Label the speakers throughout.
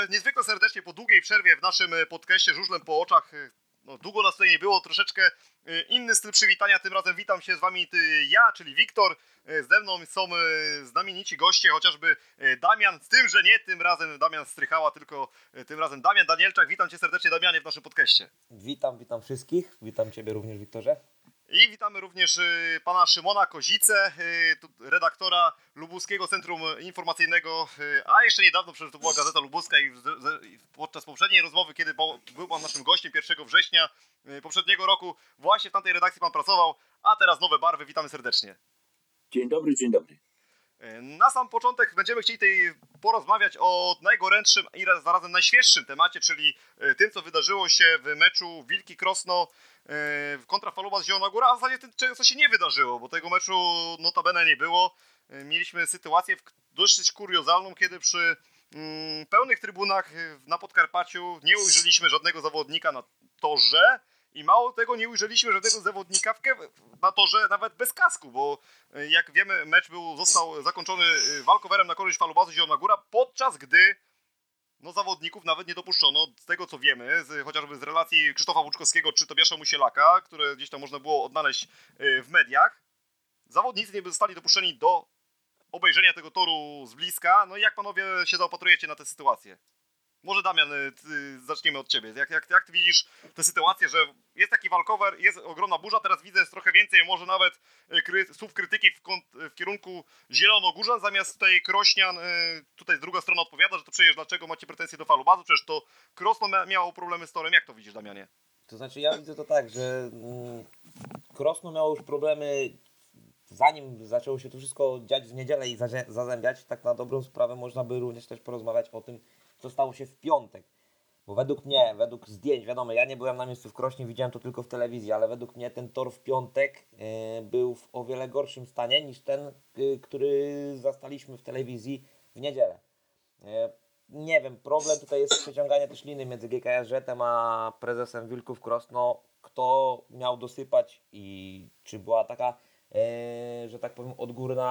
Speaker 1: niezwykle serdecznie po długiej przerwie w naszym podcaście Żużlem po oczach. No, długo nas tutaj nie było, troszeczkę inny styl przywitania. Tym razem witam się z wami ja, czyli Wiktor. Ze mną są znamienici goście, chociażby Damian, z tym, że nie tym razem Damian Strychała, tylko tym razem Damian Danielczak. Witam cię serdecznie, Damianie, w naszym podcaście.
Speaker 2: Witam wszystkich. Witam ciebie również, Wiktorze.
Speaker 1: I witamy również pana Szymona Kozicę, redaktora Lubuskiego Centrum Informacyjnego, a jeszcze niedawno, przecież to była Gazeta Lubuska i podczas poprzedniej rozmowy, kiedy był pan naszym gościem 1 września poprzedniego roku, właśnie w tamtej redakcji pan pracował, a teraz nowe barwy, witamy serdecznie.
Speaker 3: Dzień dobry, dzień dobry.
Speaker 1: Na sam początek będziemy chcieli porozmawiać o najgorętszym i zarazem najświeższym temacie, czyli tym, co wydarzyło się w meczu Wilki Krosno kontra Falubas Zielona Góra, a w zasadzie tym, co się nie wydarzyło, bo tego meczu notabene nie było. Mieliśmy sytuację dość kuriozalną, kiedy przy pełnych trybunach na Podkarpaciu nie ujrzeliśmy żadnego zawodnika na torze i mało tego, nie ujrzeliśmy żadnego zawodnika na torze nawet bez kasku, bo jak wiemy, mecz został zakończony walkowerem na korzyść Falubasu Zielona Góra, podczas gdy zawodników nawet nie dopuszczono, z tego co wiemy, chociażby z relacji Krzysztofa Łuczkowskiego czy Tobiasza Musielaka, które gdzieś tam można było odnaleźć w mediach. Zawodnicy nie zostali dopuszczeni do obejrzenia tego toru z bliska. No i jak panowie się zaopatrujecie na tę sytuację? Może Damian, zaczniemy od ciebie. Jak ty widzisz tę sytuację, że jest taki walkover, jest ogromna burza, teraz widzę jest trochę więcej, może nawet słów krytyki w kierunku Zielonogórzan, zamiast tej Krośnian, tutaj druga strona odpowiada, że to przecież dlaczego macie pretensje do Falubasu, przecież to Krosno miało problemy z torem. Jak to widzisz, Damianie?
Speaker 2: To znaczy ja widzę to tak, że Krosno miało już problemy, zanim zaczęło się to wszystko dziać w niedzielę i zazębiać, tak na dobrą sprawę można by również też porozmawiać o tym, co stało się w piątek. Bo według zdjęć, wiadomo, ja nie byłem na miejscu w Krośnie, widziałem to tylko w telewizji, ale według mnie ten tor w piątek był w o wiele gorszym stanie niż ten, który zastaliśmy w telewizji w niedzielę. Nie wiem, problem tutaj jest przeciąganie też liny między GKS-em a prezesem Wilków Krosno. Kto miał dosypać i czy była taka, że tak powiem,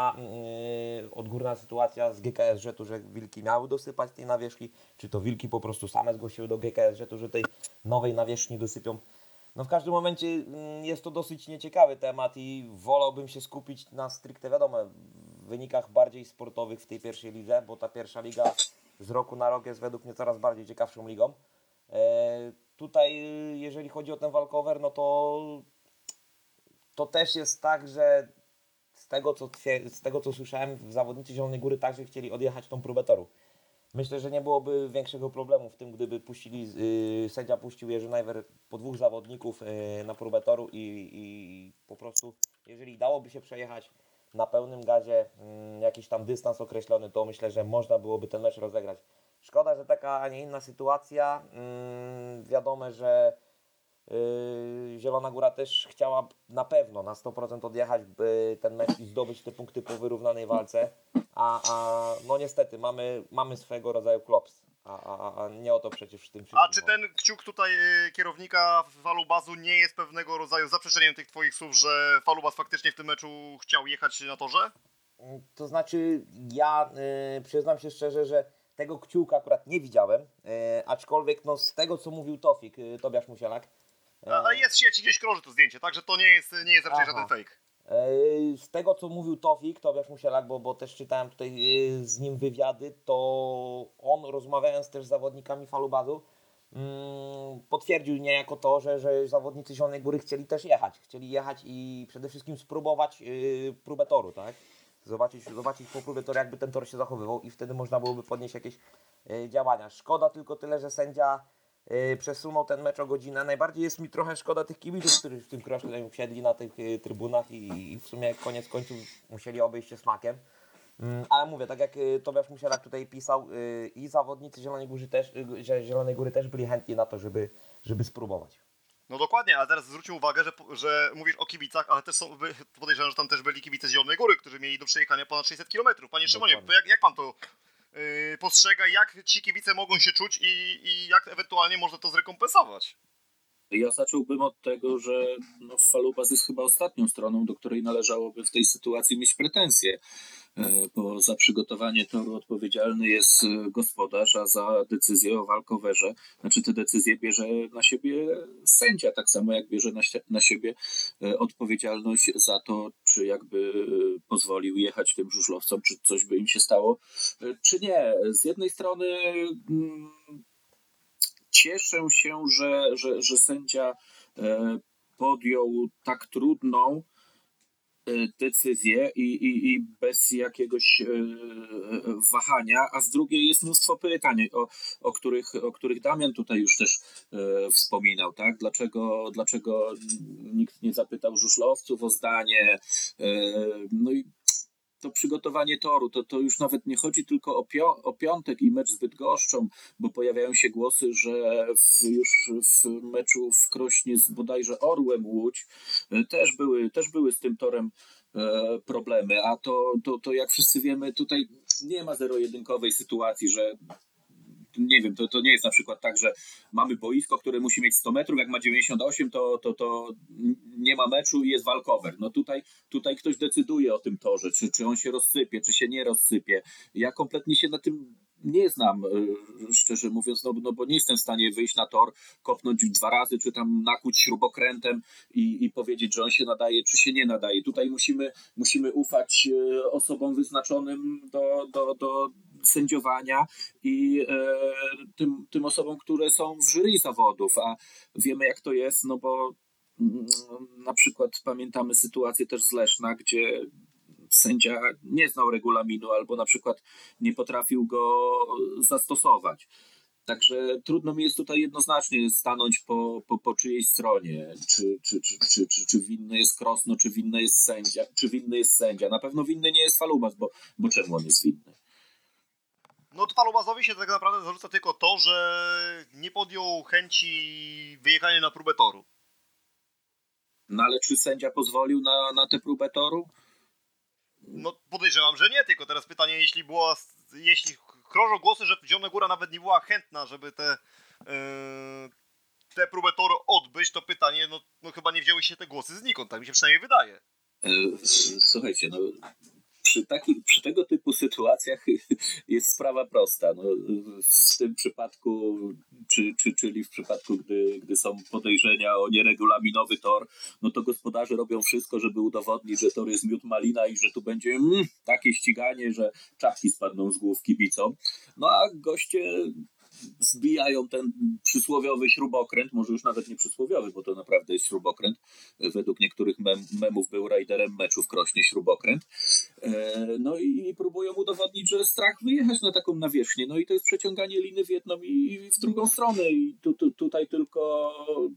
Speaker 2: odgórna sytuacja z GKS-u, że Wilki miały dosypać tej nawierzchni, czy to Wilki po prostu same zgłosiły do GKS-u, że tej nowej nawierzchni dosypią. No w każdym momencie jest to dosyć nieciekawy temat i wolałbym się skupić na stricte, wiadomo, wynikach bardziej sportowych w tej pierwszej lidze, bo ta pierwsza liga z roku na rok jest według mnie coraz bardziej ciekawszą ligą. Tutaj jeżeli chodzi o ten walkover, no to też jest tak, że z tego co słyszałem, zawodnicy Zielonej Góry także chcieli odjechać tą próbę toru. Myślę, że nie byłoby większego problemu w tym, gdyby sędzia puścił Jerzy Najwer po 2 zawodników na próbę toru i po prostu, jeżeli dałoby się przejechać na pełnym gazie jakiś tam dystans określony, to myślę, że można byłoby ten mecz rozegrać. Szkoda, że taka, a nie inna sytuacja. Wiadomo, że Zielona Góra też chciała na pewno na 100% odjechać ten mecz i zdobyć te punkty po wyrównanej walce, a no niestety mamy swego rodzaju klops, a nie o to przecież w tym wszystkim.
Speaker 1: A czy ten kciuk tutaj kierownika Falubasu nie jest pewnego rodzaju zaprzeczeniem tych twoich słów, że Falubas faktycznie w tym meczu chciał jechać na torze?
Speaker 2: To znaczy ja przyznam się szczerze, że tego kciuka akurat nie widziałem, aczkolwiek no z tego co mówił Tobiasz Musielak.
Speaker 1: A jest w sieci, gdzieś krąży to zdjęcie, także to nie jest raczej żaden fake.
Speaker 2: Z tego co mówił Tobiasz Musielak, bo też czytałem tutaj z nim wywiady, to on, rozmawiając też z zawodnikami Falubasu, potwierdził niejako to, że zawodnicy Zielonej Góry chcieli też jechać. Chcieli jechać i przede wszystkim spróbować próbę toru, tak? Zobaczyć po próbie toru, jakby ten tor się zachowywał i wtedy można byłoby podnieść jakieś działania. Szkoda tylko tyle, że sędzia przesunął ten mecz o godzinę. Najbardziej jest mi trochę szkoda tych kibiców, którzy w tym Krośnie usiedli na tych trybunach i w sumie koniec końców musieli obejść się smakiem. Ale mówię, tak jak Tobiasz Musielak tutaj pisał, i zawodnicy Zielonej Góry też byli chętni na to, żeby spróbować.
Speaker 1: No dokładnie, ale teraz zwróćmy uwagę, że mówisz o kibicach, ale też podejrzewam, że tam też byli kibice z Zielonej Góry, którzy mieli do przejechania ponad 600 km. Panie Szymonie, jak pan to postrzega, jak ci kibice mogą się czuć i jak ewentualnie można to zrekompensować?
Speaker 3: Ja zacząłbym od tego, że Falubas jest chyba ostatnią stroną, do której należałoby w tej sytuacji mieć pretensje, bo za przygotowanie toru odpowiedzialny jest gospodarz, a za decyzję o walkowerze, znaczy te decyzje bierze na siebie sędzia, tak samo jak bierze na siebie odpowiedzialność za to, czy jakby pozwolił jechać tym żużlowcom, czy coś by im się stało, czy nie. Z jednej strony cieszę się, że sędzia podjął tak trudną decyzję i bez jakiegoś wahania, a z drugiej jest mnóstwo pytań, o których Damian tutaj już też wspominał, tak? Dlaczego nikt nie zapytał żużlowców o zdanie? No i to przygotowanie toru, to już nawet nie chodzi tylko o piątek i mecz z Bydgoszczą, bo pojawiają się głosy, że już w meczu w Krośnie z bodajże Orłem Łódź też były z tym torem problemy, a to jak wszyscy wiemy, tutaj nie ma zero-jedynkowej sytuacji, że nie wiem, to nie jest na przykład tak, że mamy boisko, które musi mieć 100 metrów, jak ma 98, to nie ma meczu i jest walkover. No tutaj ktoś decyduje o tym torze, czy on się rozsypie, czy się nie rozsypie. Ja kompletnie się na tym nie znam, szczerze mówiąc, no bo nie jestem w stanie wyjść na tor, kopnąć 2 razy, czy tam nakłuć śrubokrętem i powiedzieć, że on się nadaje, czy się nie nadaje. Tutaj musimy ufać osobom wyznaczonym do sędziowania i tym osobom, które są w jury zawodów, a wiemy jak to jest, no bo na przykład pamiętamy sytuację też z Leszna, gdzie sędzia nie znał regulaminu albo na przykład nie potrafił go zastosować. Także trudno mi jest tutaj jednoznacznie stanąć po czyjejś stronie, czy winny jest Krosno, czy winny jest sędzia. Na pewno winny nie jest Falubas, bo czemu on jest winny?
Speaker 1: No Falubasowi się tak naprawdę zarzuca tylko to, że nie podjął chęci wyjechania na próbę toru.
Speaker 3: No ale czy sędzia pozwolił na tę próbę toru?
Speaker 1: No podejrzewam, że nie, tylko teraz pytanie, jeśli krążą głosy, że Zielona nawet nie była chętna, żeby tę próbę toru odbyć, to pytanie, no chyba nie wzięły się te głosy znikąd, tak mi się przynajmniej wydaje.
Speaker 3: Słuchajcie, no przy tego typu sytuacjach jest sprawa prosta. No, w tym przypadku, czyli w przypadku, gdy są podejrzenia o nieregulaminowy tor, no to gospodarze robią wszystko, żeby udowodnić, że tor jest miód malina i że tu będzie takie ściganie, że czapki spadną z głów kibicom. No a goście zbijają ten przysłowiowy śrubokręt, może już nawet nie przysłowiowy, bo to naprawdę jest śrubokręt. Według niektórych memów był rajderem meczu w Krośnie śrubokręt. No i próbują udowodnić, że strach wyjechać na taką nawierzchnię. No i to jest przeciąganie liny w jedną i w drugą stronę. I tutaj tylko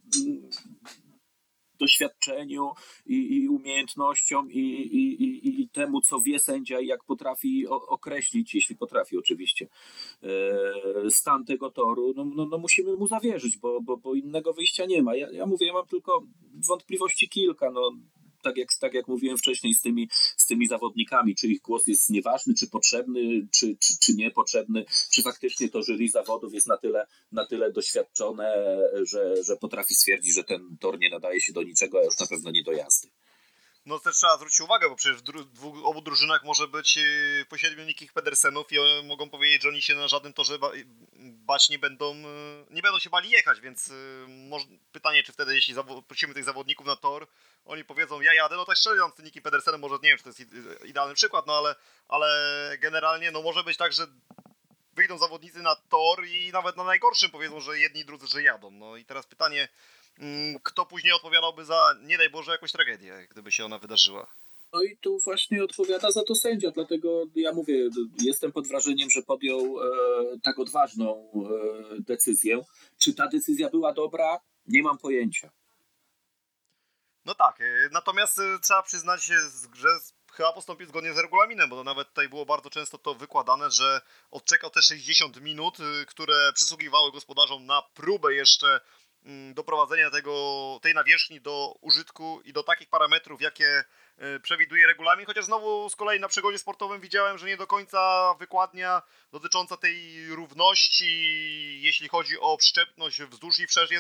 Speaker 3: doświadczeniu i umiejętnościom i temu, co wie sędzia i jak potrafi określić, jeśli potrafi oczywiście, stan tego toru, no musimy mu zawierzyć, bo innego wyjścia nie ma. Ja mówię, ja mam tylko wątpliwości kilka, no. Tak jak mówiłem wcześniej z tymi zawodnikami, czy ich głos jest nieważny, czy potrzebny, czy niepotrzebny, czy faktycznie to jury zawodów jest na tyle doświadczone, że potrafi stwierdzić, że ten tor nie nadaje się do niczego, a już na pewno nie do jazdy.
Speaker 1: No też trzeba zwrócić uwagę, bo przecież w obu drużynach może być po 7 Nikich Pedersenów i oni mogą powiedzieć, że oni się na żadnym torze bać nie będą się bali jechać, więc pytanie, czy wtedy jeśli prosimy tych zawodników na tor, oni powiedzą, ja jadę, no tak strzelam z tym Niki Pedersenem, może nie wiem, czy to jest idealny przykład, no ale generalnie no może być tak, że wyjdą zawodnicy na tor i nawet na najgorszym powiedzą, że jedni i drudzy, że jadą. No i teraz pytanie, kto później odpowiadałby za, nie daj Boże, jakąś tragedię, gdyby się ona wydarzyła.
Speaker 3: No i tu właśnie odpowiada za to sędzia, dlatego ja mówię, jestem pod wrażeniem, że podjął tak odważną decyzję. Czy ta decyzja była dobra? Nie mam pojęcia.
Speaker 1: No tak, natomiast trzeba przyznać, że chyba postąpił zgodnie z regulaminem, bo nawet tutaj było bardzo często to wykładane, że odczekał te 60 minut, które przysługiwały gospodarzom na próbę jeszcze doprowadzenia tej nawierzchni do użytku i do takich parametrów, jakie przewiduje regulamin, chociaż znowu z kolei na przegodzie sportowym widziałem, że nie do końca wykładnia dotycząca tej równości, jeśli chodzi o przyczepność wzdłuż i wszerz jest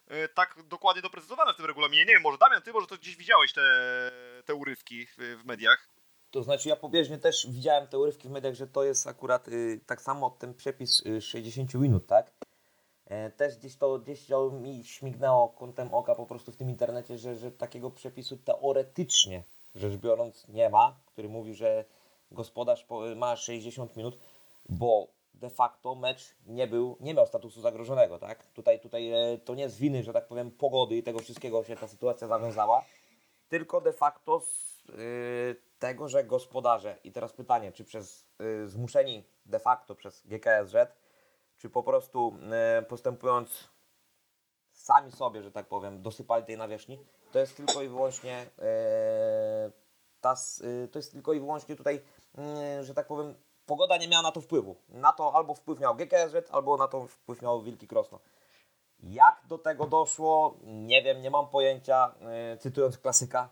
Speaker 1: tak dokładnie doprecyzowane w tym regulaminie. Nie wiem, może Damian, ty może to gdzieś widziałeś te urywki w mediach.
Speaker 2: To znaczy ja pobieżnie też widziałem te urywki w mediach, że to jest akurat tak samo ten przepis 60 minut, tak? Też gdzieś to mi śmignęło kątem oka po prostu w tym internecie, że takiego przepisu teoretycznie rzecz biorąc nie ma, który mówi, że gospodarz ma 60 minut, bo de facto mecz nie miał statusu zagrożonego, tak? Tutaj to nie z winy, że tak powiem, pogody i tego wszystkiego się ta sytuacja zawiązała, tylko de facto z tego, że gospodarze, i teraz pytanie, czy zmuszeni de facto przez GKSZ, czy po prostu postępując sami sobie, że tak powiem, dosypali tej nawierzchni, to jest tylko i wyłącznie to jest tylko i wyłącznie tutaj, że tak powiem, pogoda nie miała na to wpływu. Na to albo wpływ miał GKSZ, albo na to wpływ miał Wilki Krosno. Jak do tego doszło, nie wiem, nie mam pojęcia, cytując klasyka.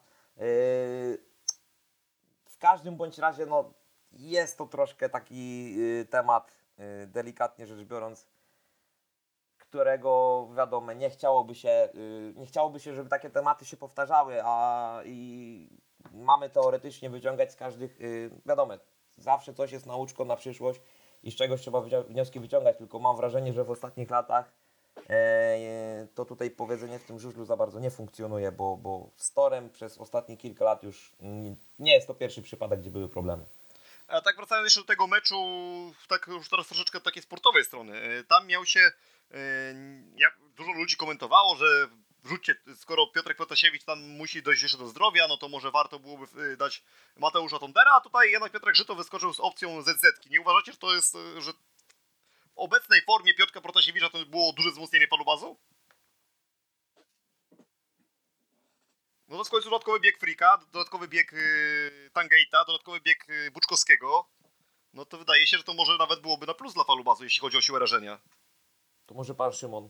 Speaker 2: W każdym bądź razie no, jest to troszkę taki temat, delikatnie rzecz biorąc, którego wiadomo, nie chciałoby się, żeby takie tematy się powtarzały, i mamy teoretycznie wyciągać z każdych, wiadomo, zawsze coś jest nauczką na przyszłość i z czegoś trzeba wnioski wyciągać, tylko mam wrażenie, że w ostatnich latach to tutaj powiedzenie w tym żużlu za bardzo nie funkcjonuje, bo z torem przez ostatnie kilka lat już nie jest to pierwszy przypadek, gdzie były problemy.
Speaker 1: A tak wracając jeszcze do tego meczu, tak już teraz troszeczkę od takiej sportowej strony, tam miał się, dużo ludzi komentowało, że skoro Piotrek Protasiewicz tam musi dojść jeszcze do zdrowia, no to może warto byłoby dać Mateusza Tondera, a tutaj jednak Piotrek Żyto wyskoczył z opcją ZZ-ki. Nie uważacie, że to jest, że w obecnej formie Piotrka Protasiewicza to było duże wzmocnienie falubazu? No to w końcu dodatkowy bieg Frika, dodatkowy bieg Tangeita, dodatkowy bieg Buczkowskiego. No to wydaje się, że to może nawet byłoby na plus dla falubazu, jeśli chodzi o siłę rażenia.
Speaker 2: To może pan Szymon?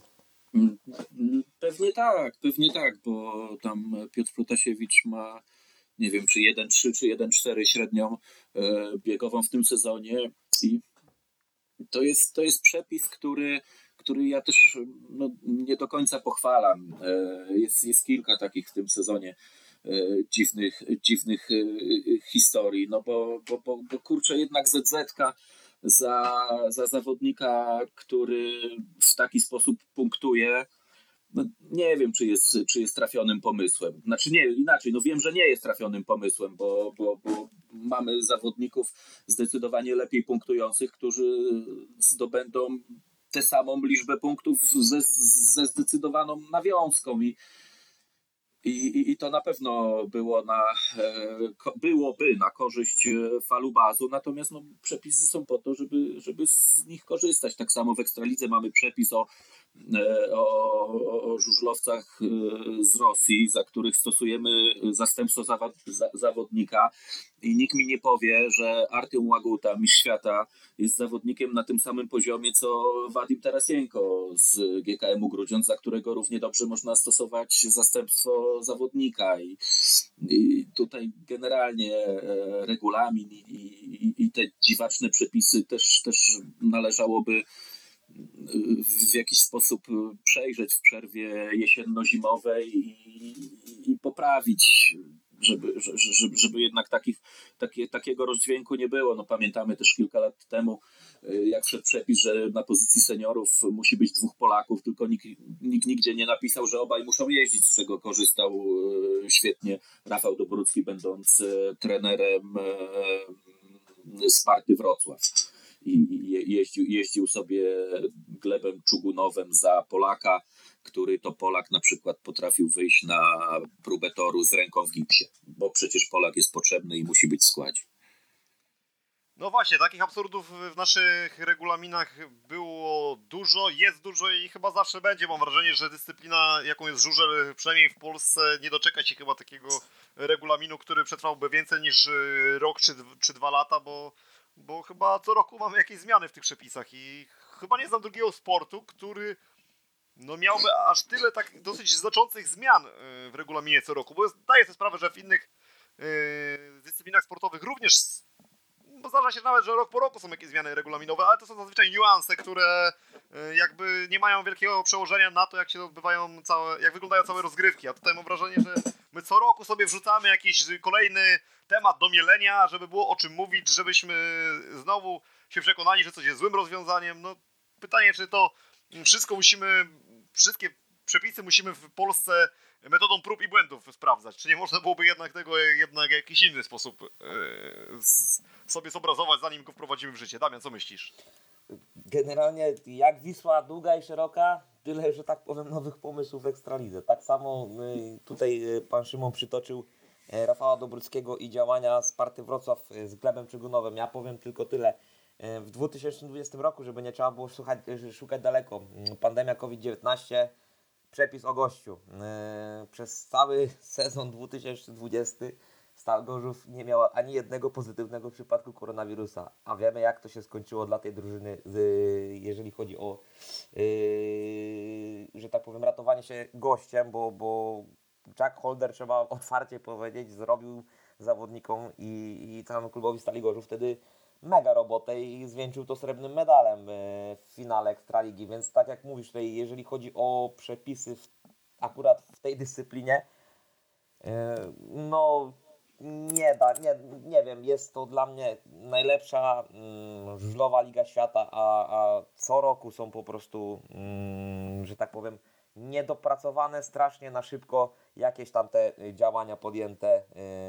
Speaker 3: Pewnie tak, bo tam Piotr Protasiewicz ma, nie wiem, czy 1,3 czy 1,4 średnią biegową w tym sezonie i to jest przepis, który ja też no, nie do końca pochwalam. Jest kilka takich w tym sezonie dziwnych historii, no bo kurczę, jednak ZZ-ka za zawodnika, który w taki sposób punktuje, no nie wiem, czy jest trafionym pomysłem. Znaczy nie, inaczej, no wiem, że nie jest trafionym pomysłem, bo mamy zawodników zdecydowanie lepiej punktujących, którzy zdobędą tę samą liczbę punktów ze zdecydowaną nawiązką i to na pewno byłoby na korzyść falubazu, natomiast no, przepisy są po to, żeby z nich korzystać. Tak samo w Ekstralidze mamy przepis o żużlowcach z Rosji, za których stosujemy zastępstwo zawodnika i nikt mi nie powie, że Artyom Łaguta, mistrz świata, jest zawodnikiem na tym samym poziomie co Wadim Tarasienko z GKM-u Grudziądz, za którego równie dobrze można stosować zastępstwo zawodnika i tutaj generalnie regulamin i te dziwaczne przepisy też należałoby w jakiś sposób przejrzeć w przerwie jesienno-zimowej i poprawić, żeby jednak takiego rozdźwięku nie było. No, pamiętamy też kilka lat temu, jak wszedł przepis, że na pozycji seniorów musi być 2 Polaków, tylko nikt nigdzie nie napisał, że obaj muszą jeździć, z czego korzystał świetnie Rafał Dobrucki, będąc trenerem Sparty Wrocław. I jeździł sobie glebem czugunowym za Polaka, który to Polak na przykład potrafił wyjść na próbę toru z ręką w gipsie, bo przecież Polak jest potrzebny i musi być w składzie.
Speaker 1: No właśnie, takich absurdów w naszych regulaminach było dużo, jest dużo i chyba zawsze będzie. Mam wrażenie, że dyscyplina, jaką jest żużel, przynajmniej w Polsce, nie doczeka się chyba takiego regulaminu, który przetrwałby więcej niż rok czy 2 lata, bo chyba co roku mamy jakieś zmiany w tych przepisach i chyba nie znam drugiego sportu, który no miałby aż tyle tak dosyć znaczących zmian w regulaminie co roku, bo zdaję sobie sprawę, że w innych dyscyplinach sportowych również zdarza się nawet, że rok po roku są jakieś zmiany regulaminowe, ale to są zazwyczaj niuanse, które jakby nie mają wielkiego przełożenia na to, jak się odbywają jak wyglądają całe rozgrywki. A tutaj mam wrażenie, że my co roku sobie wrzucamy jakiś kolejny temat do mielenia, żeby było o czym mówić, żebyśmy znowu się przekonali, że coś jest złym rozwiązaniem. No pytanie, czy to wszystkie przepisy musimy w Polsce metodą prób i błędów sprawdzać. Czy nie można byłoby jednak tego w jakiś inny sposób sobie zobrazować, zanim go wprowadzimy w życie? Damian, co myślisz?
Speaker 2: Generalnie jak Wisła długa i szeroka, tyle, że tak powiem, nowych pomysłów w Ekstralidze. Tak samo tutaj pan Szymon przytoczył Rafała Dobruckiego i działania Sparty Wrocław z Glebem Czygunowem. Ja powiem tylko tyle. W 2020 roku, żeby nie trzeba było szukać daleko, pandemia COVID-19, przepis o gościu. Przez cały sezon 2020 Stal Gorzów nie miała ani jednego pozytywnego przypadku koronawirusa. A wiemy, jak to się skończyło dla tej drużyny, jeżeli chodzi o, że tak powiem, ratowanie się gościem, bo Jack Holder, trzeba otwarcie powiedzieć, zrobił zawodnikom i całemu klubowi Stali Gorzów wtedy mega robotę i zwieńczył to srebrnym medalem w finale Ekstraligi, więc tak jak mówisz tutaj, jeżeli chodzi o przepisy akurat w tej dyscyplinie, no nie wiem, jest to dla mnie najlepsza żużlowa Liga Świata, a co roku są po prostu, że tak powiem, niedopracowane strasznie na szybko jakieś tam te działania podjęte.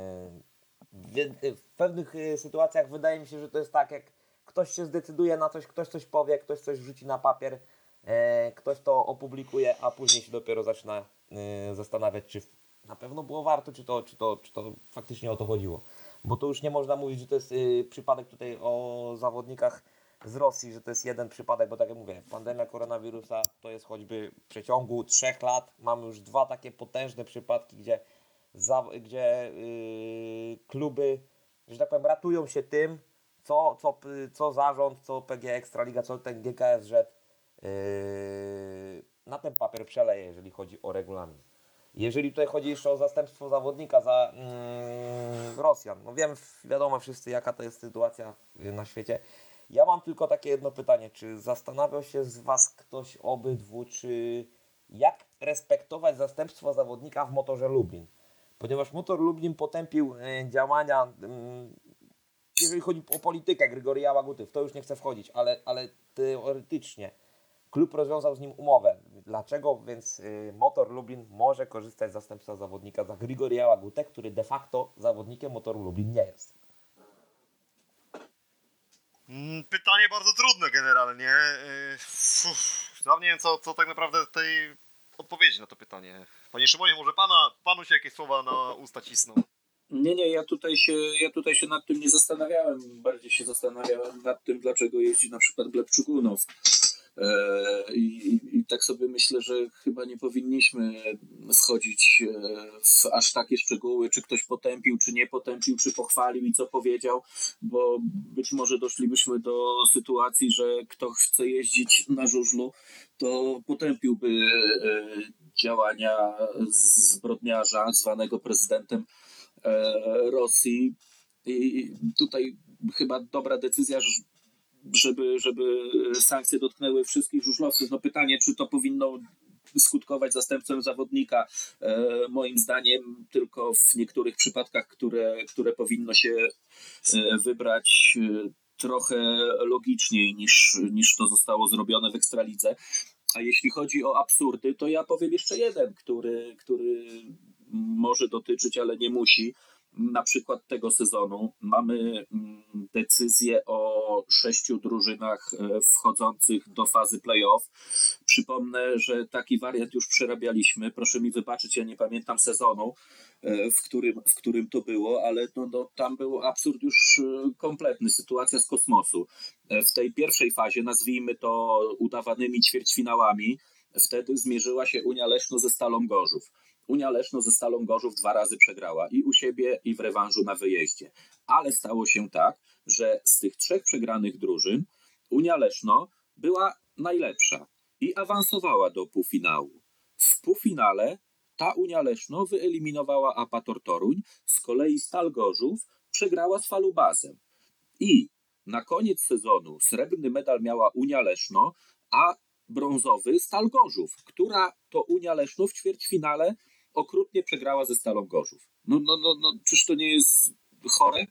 Speaker 2: W pewnych sytuacjach wydaje mi się, że to jest tak, jak ktoś się zdecyduje na coś, ktoś coś powie, ktoś coś wrzuci na papier, ktoś to opublikuje, a później się dopiero zaczyna zastanawiać, czy na pewno było warto, czy to faktycznie o to chodziło. Bo to już nie można mówić, że to jest przypadek tutaj o zawodnikach z Rosji, że to jest jeden przypadek, bo tak jak mówię, pandemia koronawirusa to jest choćby w przeciągu 3 lat, mamy już 2 takie potężne przypadki, gdzie kluby, że tak powiem, ratują się tym, co zarząd, co PG Ekstraliga, co ten GKSZ na ten papier przeleje, jeżeli chodzi o regulamin. Jeżeli tutaj chodzi jeszcze o zastępstwo zawodnika za Rosjan, no wiadomo wszyscy, jaka to jest sytuacja na świecie. Ja mam tylko takie jedno pytanie, czy zastanawiał się z Was ktoś obydwu, czy jak respektować zastępstwo zawodnika w Motorze Lublin? Ponieważ Motor Lublin potępił działania, jeżeli chodzi o politykę Grigoria Łaguty, w to już nie chcę wchodzić, ale teoretycznie klub rozwiązał z nim umowę. Dlaczego więc Motor Lublin może korzystać z zastępstwa zawodnika za Grigoria Łagutę, który de facto zawodnikiem Motoru Lublin nie jest?
Speaker 1: Pytanie bardzo trudne generalnie. Sam nie wiem, co tak naprawdę tej odpowiedzi na to pytanie. Panie Szymonie, może panu się jakieś słowa na usta cisną?
Speaker 3: Nie, ja tutaj się nad tym nie zastanawiałem. Bardziej się zastanawiałem nad tym, dlaczego jeździ na przykład Gleb Czygunow. I tak sobie myślę, że chyba nie powinniśmy wchodzić w aż takie szczegóły, czy ktoś potępił, czy nie potępił, czy pochwalił i co powiedział, bo być może doszlibyśmy do sytuacji, że kto chce jeździć na żużlu, to potępiłby działania zbrodniarza zwanego prezydentem Rosji. I tutaj chyba dobra decyzja, żeby sankcje dotknęły wszystkich żużlowców. No pytanie, czy to powinno skutkować zastępstwem zawodnika? Moim zdaniem tylko w niektórych przypadkach, które powinno się wybrać trochę logiczniej niż to zostało zrobione w Ekstralidze. A jeśli chodzi o absurdy, to ja powiem jeszcze jeden, który może dotyczyć, ale nie musi. Na przykład tego sezonu mamy decyzję o 6 drużynach wchodzących do fazy play-off. Przypomnę, że taki wariant już przerabialiśmy. Proszę mi wybaczyć, ja nie pamiętam sezonu, w którym to było, ale tam był absurd już kompletny, sytuacja z kosmosu. W tej pierwszej fazie, nazwijmy to udawanymi ćwierćfinałami, wtedy zmierzyła się Unia Leszno ze Stalą Gorzów. Unia Leszno ze Stalą Gorzów 2 razy przegrała i u siebie, i w rewanżu na wyjeździe. Ale stało się tak, że z tych 3 przegranych drużyn Unia Leszno była najlepsza i awansowała do półfinału. W półfinale ta Unia Leszno wyeliminowała Apator Toruń, z kolei Stal Gorzów przegrała z Falubazem. I na koniec sezonu srebrny medal miała Unia Leszno, a brązowy Stal Gorzów, która to Unia Leszno w ćwierćfinale okrutnie przegrała ze Stalą Gorzów. No, czyż to nie jest chore?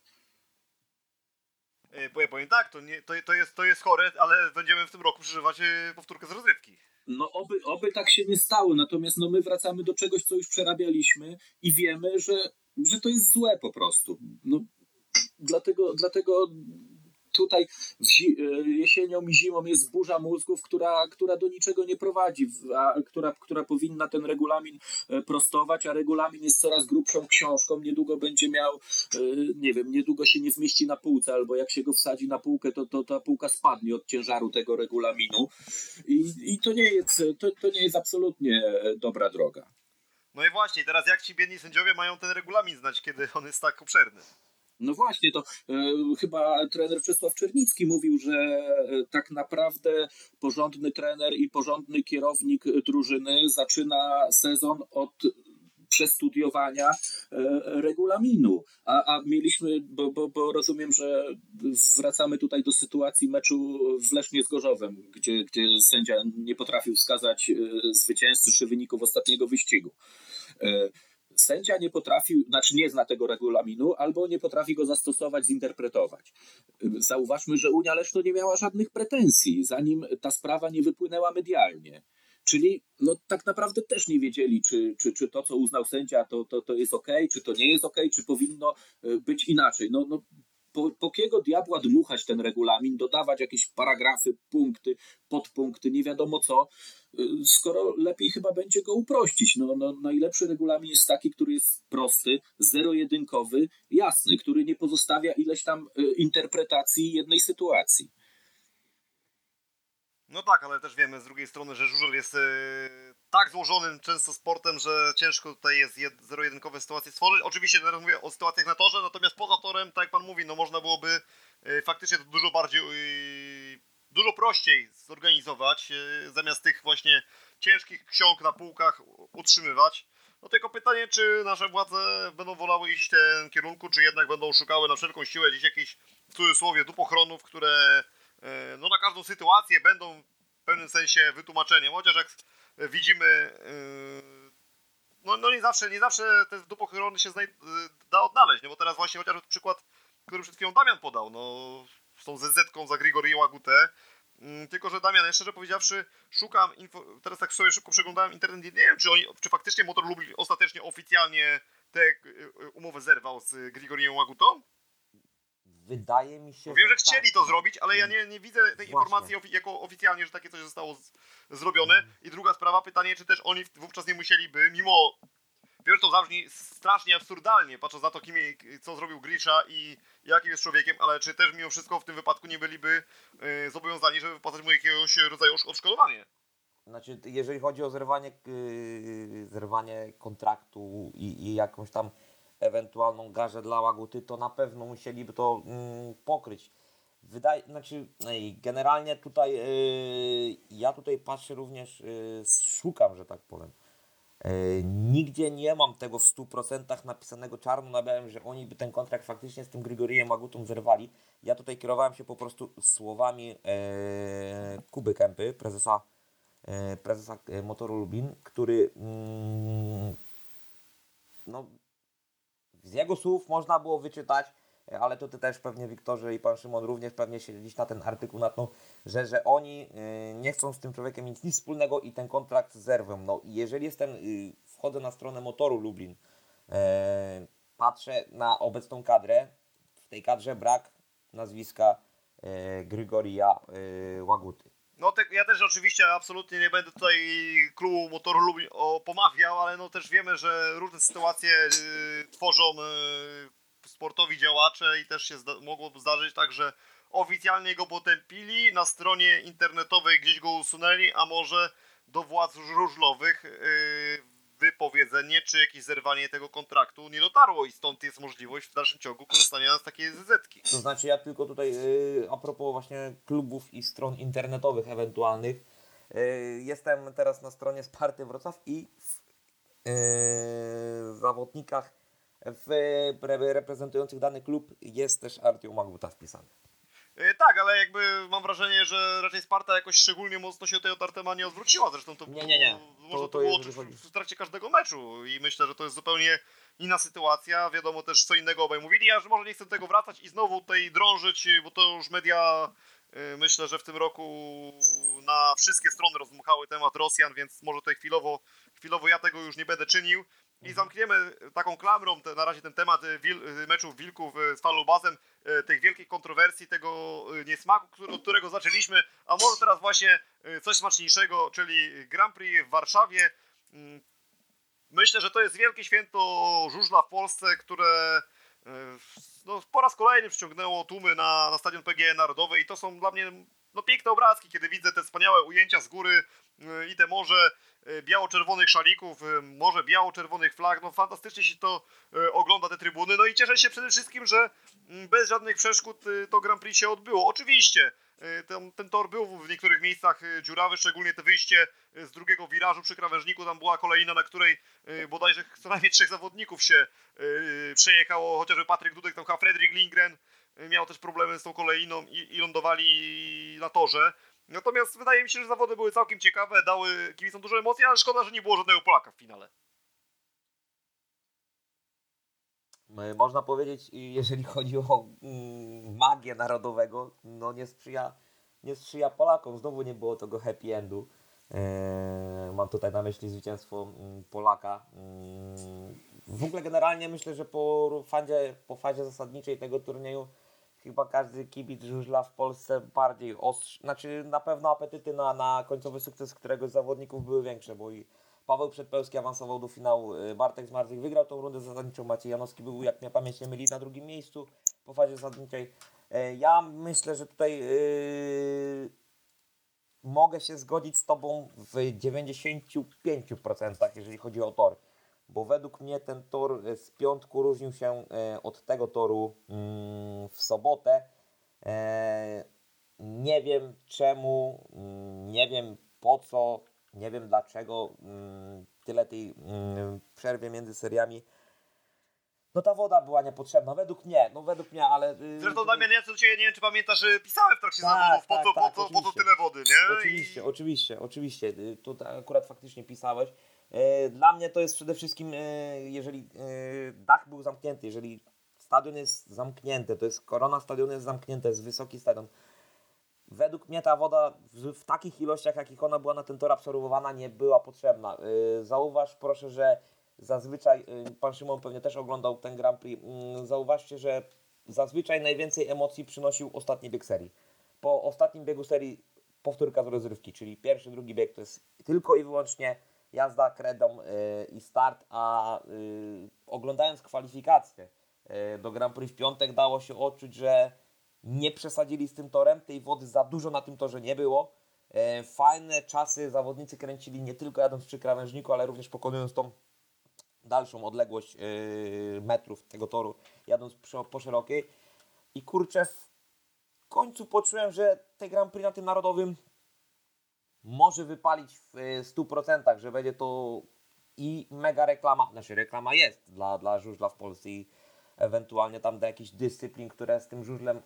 Speaker 1: Powiem tak, to jest chore, ale będziemy w tym roku przeżywać powtórkę z rozrywki.
Speaker 3: No oby tak się nie stało, natomiast no my wracamy do czegoś, co już przerabialiśmy i wiemy, że to jest złe po prostu. No, dlatego tutaj jesienią i zimą jest burza mózgów, która do niczego nie prowadzi, a która powinna ten regulamin prostować, a regulamin jest coraz grubszą książką, niedługo będzie miał, nie wiem, niedługo się nie zmieści na półce, albo jak się go wsadzi na półkę, to ta półka spadnie od ciężaru tego regulaminu i to nie jest absolutnie dobra droga.
Speaker 1: No i właśnie, teraz jak ci biedni sędziowie mają ten regulamin znać, kiedy on jest tak obszerny?
Speaker 3: No właśnie, to chyba trener Czesław Czernicki mówił, że tak naprawdę porządny trener i porządny kierownik drużyny zaczyna sezon od przestudiowania regulaminu. A mieliśmy, bo rozumiem, że wracamy tutaj do sytuacji meczu w Lesznie z Gorzowem, gdzie sędzia nie potrafił wskazać zwycięzcy czy wyników ostatniego wyścigu. Sędzia nie potrafił, znaczy nie zna tego regulaminu, albo nie potrafi go zastosować, zinterpretować. Zauważmy, że Unia Leszno nie miała żadnych pretensji, zanim ta sprawa nie wypłynęła medialnie. Czyli no, tak naprawdę też nie wiedzieli, czy to, co uznał sędzia, to jest okej, czy to nie jest okej, czy powinno być inaczej. No, po kiego diabła dmuchać ten regulamin, dodawać jakieś paragrafy, punkty, podpunkty, nie wiadomo co, skoro lepiej chyba będzie go uprościć. No, najlepszy regulamin jest taki, który jest prosty, zero-jedynkowy, jasny, który nie pozostawia ileś tam interpretacji jednej sytuacji.
Speaker 1: No tak, ale też wiemy z drugiej strony, że żużel jest tak złożonym często sportem, że ciężko tutaj jest zero-jedynkowe sytuacje stworzyć. Oczywiście teraz mówię o sytuacjach na torze, natomiast poza torem, tak jak pan mówi, no można byłoby faktycznie to dużo bardziej, dużo prościej zorganizować, zamiast tych właśnie ciężkich ksiąg na półkach utrzymywać. No tylko pytanie, czy nasze władze będą wolały iść w tym kierunku, czy jednak będą szukały na wszelką siłę gdzieś jakichś, w cudzysłowie, dupochronów, które no na każdą sytuację będą w pewnym sensie wytłumaczeniem, chociaż jak widzimy, no nie zawsze te dupochrony się da odnaleźć, no bo teraz właśnie chociażby przykład, który przed chwilą Damian podał, no z tą ZZ-ką za Grigorię Łagutę, tylko że Damian, szczerze powiedziawszy, szukam, teraz tak sobie szybko przeglądałem internet, nie wiem, czy faktycznie Motor Lublin ostatecznie oficjalnie tę umowę zerwał z Grigorią Łagutą.
Speaker 2: Wydaje mi się,
Speaker 1: Wiem, że
Speaker 2: tak.
Speaker 1: chcieli to zrobić, ale ja nie widzę tej informacji jako oficjalnie, że takie coś zostało zrobione. I druga sprawa, pytanie, czy też oni wówczas nie musieliby, mimo... Wiem, że to zabrzmi strasznie absurdalnie, patrząc na to, co zrobił Grisza i jakim jest człowiekiem, ale czy też mimo wszystko w tym wypadku nie byliby zobowiązani, żeby wypłacać mu jakiegoś rodzaju odszkodowanie?
Speaker 2: Znaczy, jeżeli chodzi o zerwanie kontraktu i jakąś tam ewentualną garzę dla Łaguty, to na pewno musieliby to pokryć. Generalnie tutaj ja tutaj patrzę również, szukam, że tak powiem. Nigdzie nie mam tego w 100% napisanego czarno na białym, że oni by ten kontrakt faktycznie z tym Grigorijem Łagutą zerwali. Ja tutaj kierowałem się po prostu słowami Kuby Kępy, prezesa Motoru Lublin, który no, z jego słów można było wyczytać, ale to ty też pewnie, Wiktorze, i pan Szymon również pewnie siedzieć na ten artykuł natknął, że oni nie chcą z tym człowiekiem mieć nic wspólnego i ten kontrakt zerwą. No i jeżeli wchodzę na stronę Motoru Lublin, patrzę na obecną kadrę, w tej kadrze brak nazwiska Grigorija Łaguty.
Speaker 1: No ja też oczywiście absolutnie nie będę tutaj klubu Motoru Lublin pomawiał, ale no też wiemy, że różne sytuacje tworzą sportowi działacze i też się mogło zdarzyć tak, że oficjalnie go potępili, na stronie internetowej gdzieś go usunęli, a może do władz żużlowych wypowiedzenie czy jakieś zerwanie tego kontraktu nie dotarło i stąd jest możliwość w dalszym ciągu korzystania z takiej ZZ-ki.
Speaker 2: To znaczy ja tylko tutaj a propos właśnie klubów i stron internetowych ewentualnych, jestem teraz na stronie Sparty Wrocław i w zawodnikach reprezentujących dany klub jest też Artiom Magbuta wpisany.
Speaker 1: Tak, ale jakby mam wrażenie, że raczej Sparta jakoś szczególnie mocno się tej od Artema nie odwróciła. Zresztą to
Speaker 2: Nie.
Speaker 1: może to
Speaker 2: To
Speaker 1: było
Speaker 2: jeżeli chodzi.
Speaker 1: w trakcie każdego meczu i myślę, że to jest zupełnie inna sytuacja. Wiadomo też, co innego obaj mówili. Ja że może nie chcę do tego wracać i znowu tutaj drążyć, bo to już media myślę, że w tym roku na wszystkie strony rozdmuchały temat Rosjan, więc może tutaj chwilowo ja tego już nie będę czynił. I zamkniemy taką klamrą na razie ten temat meczów Wilków z Falubazem, tych wielkich kontrowersji, tego niesmaku, od którego zaczęliśmy, a może teraz właśnie coś smaczniejszego, czyli Grand Prix w Warszawie. Myślę, że to jest wielkie święto żużla w Polsce, które no, po raz kolejny przyciągnęło tłumy na stadion PGE Narodowy i to są dla mnie piękne obrazki, kiedy widzę te wspaniałe ujęcia z góry i te morze biało-czerwonych szalików, morze biało-czerwonych flag, no fantastycznie się to ogląda, te trybuny, no i cieszę się przede wszystkim, że bez żadnych przeszkód to Grand Prix się odbyło. Oczywiście ten tor był w niektórych miejscach dziurawy, szczególnie te wyjście z drugiego wirażu przy krawężniku, tam była kolejna, na której bodajże co najmniej 3 zawodników się przejechało, chociażby Patryk Dudek, tam Fredrik Lindgren miał też problemy z tą kolejną i lądowali na torze. Natomiast wydaje mi się, że zawody były całkiem ciekawe, dały kibicom dużo emocji, ale szkoda, że nie było żadnego Polaka w finale.
Speaker 2: Można powiedzieć, jeżeli chodzi o magię narodowego, no nie sprzyja Polakom. Znowu nie było tego happy endu. Mam tutaj na myśli zwycięstwo Polaka. W ogóle generalnie myślę, że po fazie zasadniczej tego turnieju chyba każdy kibic żużla w Polsce bardziej znaczy na pewno apetyty na końcowy sukces któregoś z zawodników były większe, bo i Paweł Przedpełski awansował do finału, Bartek Zmarzyk wygrał tą rundę zasadniczą, Maciej Janowski był, jak mnie pamięć nie myli, na drugim miejscu po fazie zasadniczej. Ja myślę, że tutaj mogę się zgodzić z Tobą w 95%, jeżeli chodzi o tor. Bo według mnie ten tor z piątku różnił się od tego toru w sobotę. Nie wiem czemu, nie wiem po co, nie wiem dlaczego tyle tej przerwy między seriami. No ta woda była niepotrzebna, według mnie, ale...
Speaker 1: Zresztą Damian, ja co do Ciebie nie wiem, czy pamiętasz, pisałem w trakcie zawodów, po co tyle wody, nie?
Speaker 2: Oczywiście, to akurat faktycznie pisałeś. Dla mnie to jest przede wszystkim, jeżeli dach był zamknięty, jeżeli stadion jest zamknięty, to jest korona stadionu jest zamknięta, jest wysoki stadion. Według mnie ta woda w takich ilościach, jakich ona była na ten tor absorbowana, nie była potrzebna. Zauważ proszę, że zazwyczaj, pan Szymon pewnie też oglądał ten Grand Prix, zauważcie, że zazwyczaj najwięcej emocji przynosił ostatni bieg serii. Po ostatnim biegu serii powtórka z rozrywki, czyli pierwszy, drugi bieg to jest tylko i wyłącznie jazda kredą i start, a oglądając kwalifikacje do Grand Prix w piątek dało się odczuć, że nie przesadzili z tym torem, tej wody za dużo na tym torze nie było. Fajne czasy zawodnicy kręcili nie tylko jadąc przy krawężniku, ale również pokonując tą dalszą odległość metrów tego toru, jadąc po szerokiej. I kurczę, w końcu poczułem, że te Grand Prix na tym narodowym może wypalić w 100%, że będzie to i mega reklama, znaczy reklama jest dla żużla w Polsce i ewentualnie tam do jakichś dyscyplin, które z tym żużlem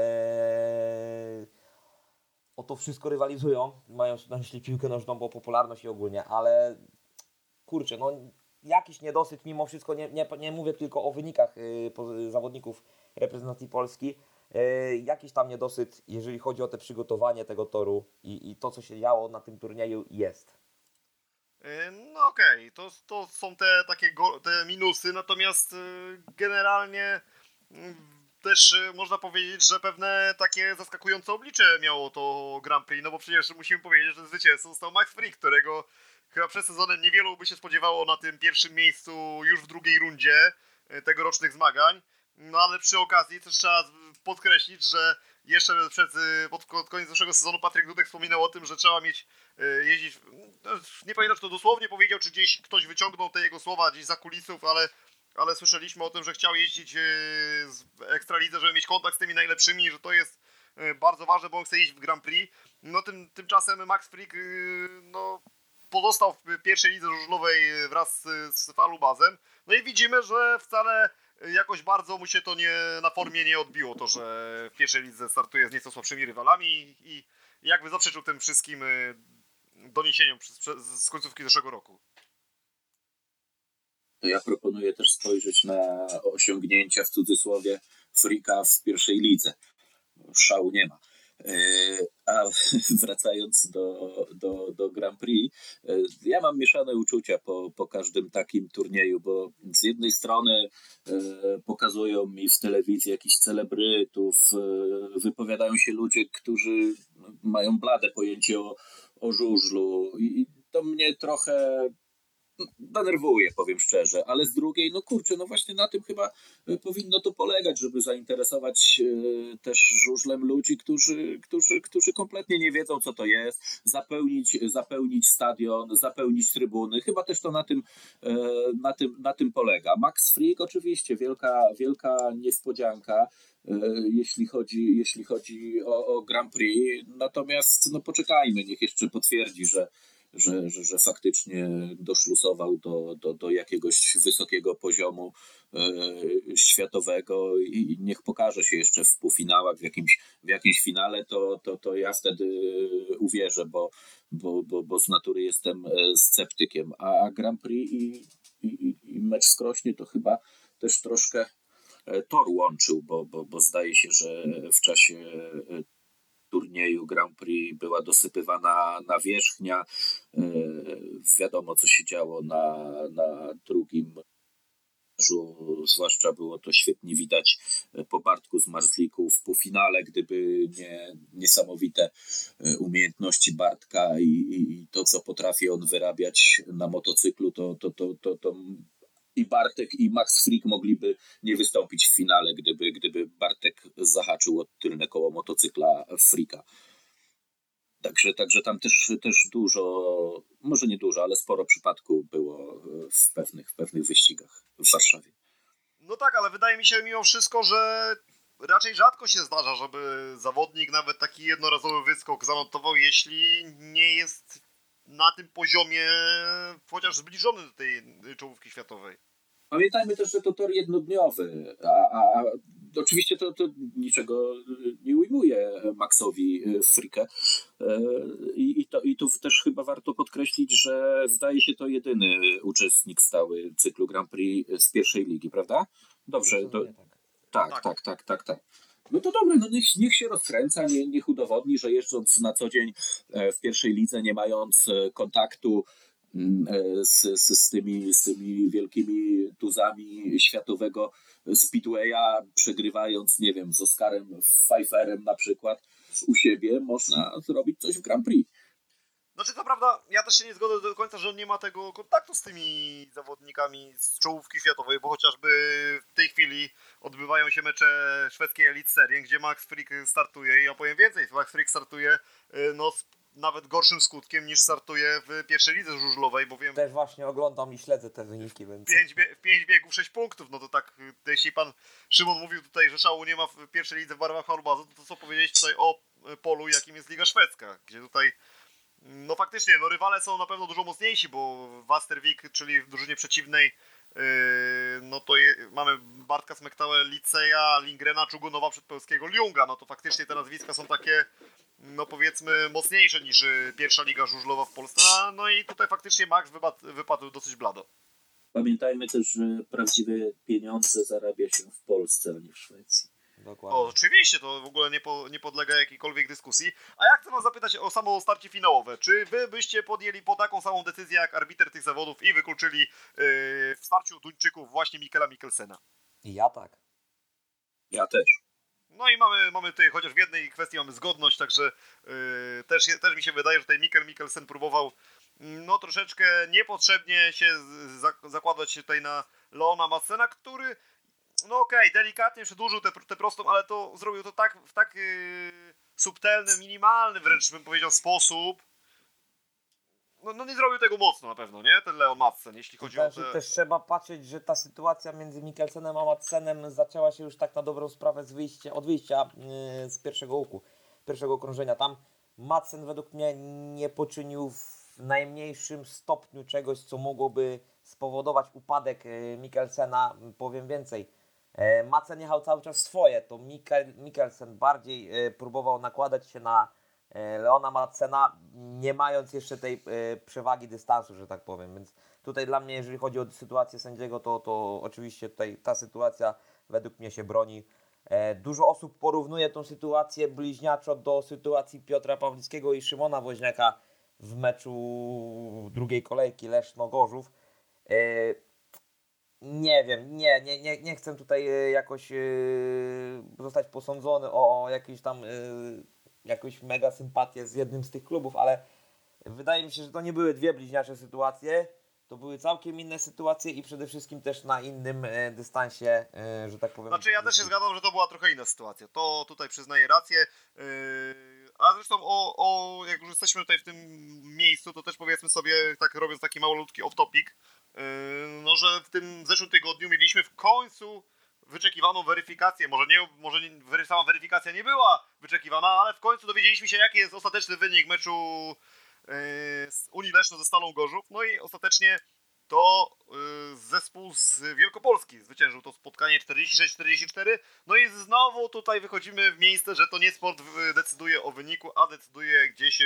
Speaker 2: o to wszystko rywalizują, mając na myśli piłkę nożną, bo popularność i ogólnie, ale kurczę, no jakiś niedosyt mimo wszystko, nie mówię tylko o wynikach zawodników reprezentacji Polski, jakiś tam niedosyt, jeżeli chodzi o te przygotowanie tego toru i to, co się działo na tym turnieju jest.
Speaker 1: No okej, to są te takie te minusy, natomiast generalnie też można powiedzieć, że pewne takie zaskakujące oblicze miało to Grand Prix, no bo przecież musimy powiedzieć, że zwycięzcą został Max Frick, którego chyba przed sezonem niewielu by się spodziewało na tym pierwszym miejscu już w drugiej rundzie tegorocznych zmagań. No ale przy okazji też trzeba podkreślić, że jeszcze pod koniec zeszłego sezonu Patryk Dudek wspominał o tym, że trzeba jeździć, nie pamiętam czy to dosłownie powiedział, czy gdzieś ktoś wyciągnął te jego słowa gdzieś za kulisów, ale słyszeliśmy o tym, że chciał jeździć w Ekstralidze, żeby mieć kontakt z tymi najlepszymi, że to jest bardzo ważne, bo on chce iść w Grand Prix. No tymczasem Max Frick, no pozostał w pierwszej lidze żużlowej wraz z Falubazem. No i widzimy, że wcale jakoś bardzo mu się to na formie nie odbiło, to, że w pierwszej lidze startuje z nieco słabszymi rywalami i jakby zaprzeczył tym wszystkim doniesieniom z końcówki zeszłego roku.
Speaker 3: To ja proponuję też spojrzeć na osiągnięcia w cudzysłowie Freaka w pierwszej lidze. Szału nie ma. A wracając do Grand Prix, ja mam mieszane uczucia po każdym takim turnieju, bo z jednej strony pokazują mi w telewizji jakichś celebrytów, wypowiadają się ludzie, którzy mają blade pojęcie o żużlu i to mnie trochę denerwuje, powiem szczerze, ale z drugiej, no kurczę, no właśnie na tym chyba powinno to polegać, żeby zainteresować też żużlem ludzi, którzy kompletnie nie wiedzą, co to jest, zapełnić stadion, zapełnić trybuny. Chyba też to na tym polega. Max Frick oczywiście wielka niespodzianka, jeśli chodzi o Grand Prix, natomiast no poczekajmy, niech jeszcze potwierdzi, że faktycznie doszlusował do jakiegoś wysokiego poziomu światowego i niech pokaże się jeszcze w półfinałach, w jakimś finale, to ja wtedy uwierzę, bo z natury jestem sceptykiem. A Grand Prix i mecz w Skrośnie to chyba też troszkę tor łączył, bo zdaje się, że w czasie turnieju Grand Prix była dosypywana nawierzchnia. Wiadomo, co się działo na drugim meczu, zwłaszcza było to świetnie widać po Bartku z Marzliku w półfinale, gdyby nie niesamowite umiejętności Bartka i to, co potrafi on wyrabiać na motocyklu, to i Bartek, i Max Frick mogliby nie wystąpić w finale, gdyby Bartek zahaczył o tylne koło motocykla Fricka. Także tam też dużo, może nie dużo, ale sporo przypadków było w pewnych wyścigach w Warszawie.
Speaker 1: No tak, ale wydaje mi się mimo wszystko, że raczej rzadko się zdarza, żeby zawodnik nawet taki jednorazowy wyskok zanotował, jeśli nie jest na tym poziomie chociaż zbliżony do tej czołówki światowej.
Speaker 3: Pamiętajmy też, że to tor jednodniowy, a oczywiście to niczego nie ujmuje Maxowi Fricke. I tu też chyba warto podkreślić, że zdaje się to jedyny uczestnik stały cyklu Grand Prix z pierwszej ligi, prawda? Dobrze, tak. No to dobre, no niech się rozkręca, niech udowodni, że jeżdżąc na co dzień w pierwszej lidze, nie mając kontaktu z tymi wielkimi tuzami światowego speedwaya, przegrywając, nie wiem, z Oskarem Pfeifferem na przykład u siebie, można zrobić coś w Grand Prix.
Speaker 1: Znaczy, to prawda, ja też się nie zgodzę do końca, że on nie ma tego kontaktu z tymi zawodnikami z czołówki światowej, bo chociażby w tej chwili odbywają się mecze szwedzkiej Elite Serie, gdzie Max Frick startuje i ja powiem więcej, Max Frick startuje z nawet gorszym skutkiem niż startuje w pierwszej lidze żużlowej, bo wiem...
Speaker 2: Też właśnie oglądam i śledzę te wyniki, więc...
Speaker 1: 5 biegów, 6 punktów, no to tak, jeśli pan Szymon mówił tutaj, że szału nie ma w pierwszej lidze w barwach Falubazu, to co powiedzieć tutaj o polu, jakim jest Liga Szwedzka, gdzie tutaj no faktycznie, no rywale są na pewno dużo mocniejsi, bo Wastervik, czyli w drużynie przeciwnej, no to mamy Bartka Smektałę, Liceja, Lingrena, Czugunowa, Przedpełskiego, Ljunga, no to faktycznie te nazwiska są takie, no powiedzmy, mocniejsze niż pierwsza liga żużlowa w Polsce, no i tutaj faktycznie Max wypadł dosyć blado.
Speaker 3: Pamiętajmy też, że prawdziwe pieniądze zarabia się w Polsce, a nie w Szwecji.
Speaker 2: Dokładnie.
Speaker 1: Oczywiście, to w ogóle nie podlega jakiejkolwiek dyskusji. A ja chcę was zapytać o samo starcie finałowe. Czy wy byście podjęli po taką samą decyzję jak arbiter tych zawodów i wykluczyli w starciu Duńczyków właśnie Mikkela Mikkelsena?
Speaker 2: I ja tak.
Speaker 3: Ja też.
Speaker 1: No i mamy tutaj, chociaż w jednej kwestii mamy zgodność, także też mi się wydaje, że tutaj Mikkel Mikkelsen próbował no troszeczkę niepotrzebnie się zakładać tutaj na Leona Madsena, który no okej, delikatnie przedłużył tę prostą, ale to zrobił to w tak subtelny, minimalny wręcz bym powiedział sposób. No nie zrobił tego mocno na pewno, nie? Ten Leon Madsen, jeśli chodzi o te...
Speaker 2: Też trzeba patrzeć, że ta sytuacja między Mikkelsenem a Madsenem zaczęła się już tak na dobrą sprawę od wyjścia z pierwszego łuku, pierwszego okrążenia. Tam Madsen według mnie nie poczynił w najmniejszym stopniu czegoś, co mogłoby spowodować upadek Mikkelsena. Powiem więcej, Madsen jechał cały czas swoje, to Mikkelsen bardziej próbował nakładać się na Leona Madsena, nie mając jeszcze tej przewagi dystansu, że tak powiem. Więc tutaj dla mnie, jeżeli chodzi o sytuację sędziego, to oczywiście tutaj ta sytuacja według mnie się broni. Dużo osób porównuje tą sytuację bliźniaczo do sytuacji Piotra Pawlickiego i Szymona Woźniaka w meczu drugiej kolejki Leszno-Gorzów. Nie wiem, nie chcę tutaj jakoś zostać posądzony o jakieś tam jakąś mega sympatię z jednym z tych klubów, ale wydaje mi się, że to nie były dwie bliźniacze sytuacje, to były całkiem inne sytuacje i przede wszystkim też na innym dystansie, że tak powiem.
Speaker 1: Znaczy ja też się zgadzam, że to była trochę inna sytuacja, to tutaj przyznaję rację, a zresztą jak już jesteśmy tutaj w tym miejscu, to też powiedzmy sobie, tak robiąc taki malutki off-topic, no że w tym zeszłym tygodniu mieliśmy w końcu wyczekiwaną weryfikację. Może sama weryfikacja nie była wyczekiwana, ale w końcu dowiedzieliśmy się, jaki jest ostateczny wynik meczu z Unii Leszno ze Stalą Gorzów. No i ostatecznie to zespół z Wielkopolski zwyciężył to spotkanie 46-44. No i znowu tutaj wychodzimy w miejsce, że to nie sport decyduje o wyniku, a decyduje gdzieś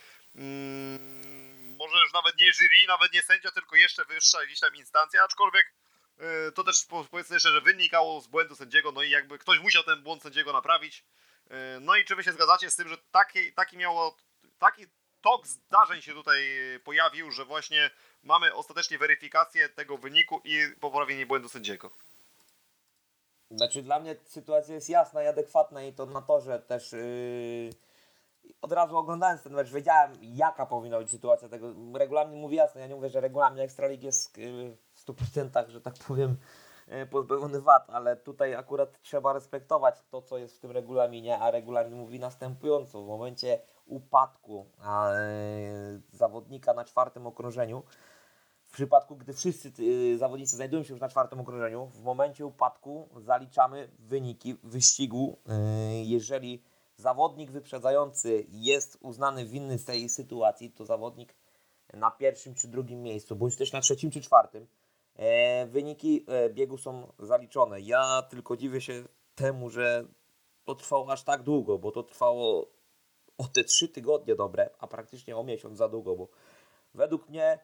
Speaker 1: może już nawet nie jury, nawet nie sędzia, tylko jeszcze wyższa gdzieś tam instancja, aczkolwiek to też powiedzmy jeszcze, że wynikało z błędu sędziego, no i jakby ktoś musiał ten błąd sędziego naprawić. No i czy wy się zgadzacie z tym, że taki tok zdarzeń się tutaj pojawił, że właśnie mamy ostatecznie weryfikację tego wyniku i poprawienie błędu sędziego?
Speaker 2: Znaczy dla mnie sytuacja jest jasna i adekwatna i to na torze też od razu oglądając ten mecz wiedziałem, jaka powinna być sytuacja tego. Regulamin mówi jasno, ja nie mówię, że regulamin Ekstraligi jest w 100%, że tak powiem, pozbawiony wad, ale tutaj akurat trzeba respektować to, co jest w tym regulaminie, a regulamin mówi następująco: w momencie upadku zawodnika na 4. okrążeniu, w przypadku, gdy wszyscy zawodnicy znajdują się już na 4. okrążeniu, w momencie upadku zaliczamy wyniki wyścigu. Jeżeli zawodnik wyprzedzający jest uznany winny z tej sytuacji, to zawodnik na 1. czy 2. miejscu, bądź też na 3. czy 4. Wyniki biegu są zaliczone. Ja tylko dziwię się temu, że to trwało aż tak długo, bo to trwało o te 3 tygodnie dobre, a praktycznie o miesiąc za długo, bo według mnie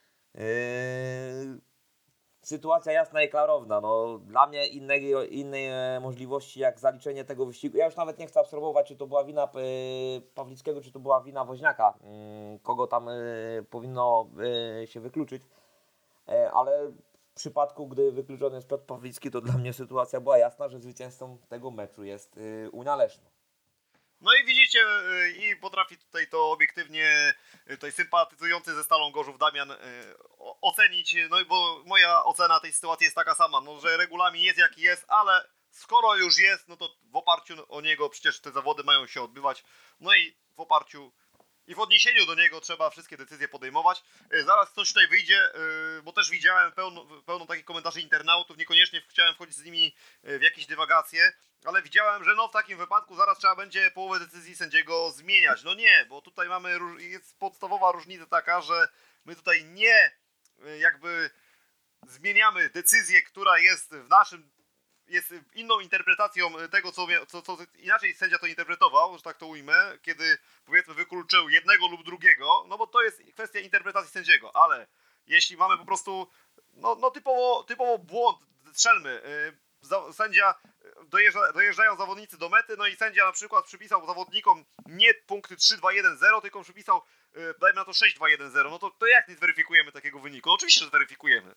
Speaker 2: sytuacja jasna i klarowna. No, dla mnie innej możliwości jak zaliczenie tego wyścigu. Ja już nawet nie chcę absorbować, czy to była wina Pawlickiego, czy to była wina Woźniaka, kogo tam powinno się wykluczyć. Ale w przypadku, gdy wykluczony jest Piotr Pawlicki, to dla mnie sytuacja była jasna, że zwycięzcą tego meczu jest Unia Leszno.
Speaker 1: No i widzicie, i potrafi tutaj to obiektywnie tutaj sympatyzujący ze Stalą Gorzów Damian ocenić, no i bo moja ocena tej sytuacji jest taka sama, no że regulamin jest jaki jest, ale skoro już jest, no to w oparciu o niego przecież te zawody mają się odbywać, no i w oparciu i w odniesieniu do niego trzeba wszystkie decyzje podejmować. Zaraz coś tutaj wyjdzie, bo też widziałem pełno takich komentarzy internautów, niekoniecznie chciałem wchodzić z nimi w jakieś dywagacje, ale widziałem, że no w takim wypadku zaraz trzeba będzie połowę decyzji sędziego zmieniać. No nie, bo tutaj jest podstawowa różnica taka, że my tutaj nie jakby zmieniamy decyzję, która jest jest inną interpretacją tego, co inaczej sędzia to interpretował, że tak to ujmę, kiedy powiedzmy wykluczył jednego lub drugiego, no bo to jest kwestia interpretacji sędziego, ale jeśli mamy po prostu no typowo błąd, strzelmy, sędzia dojeżdżają zawodnicy do mety, no i sędzia na przykład przypisał zawodnikom nie punkty 3-2-1-0, tylko przypisał dajmy na to 6-2-1-0, no to jak nie zweryfikujemy takiego wyniku? No oczywiście, że zweryfikujemy.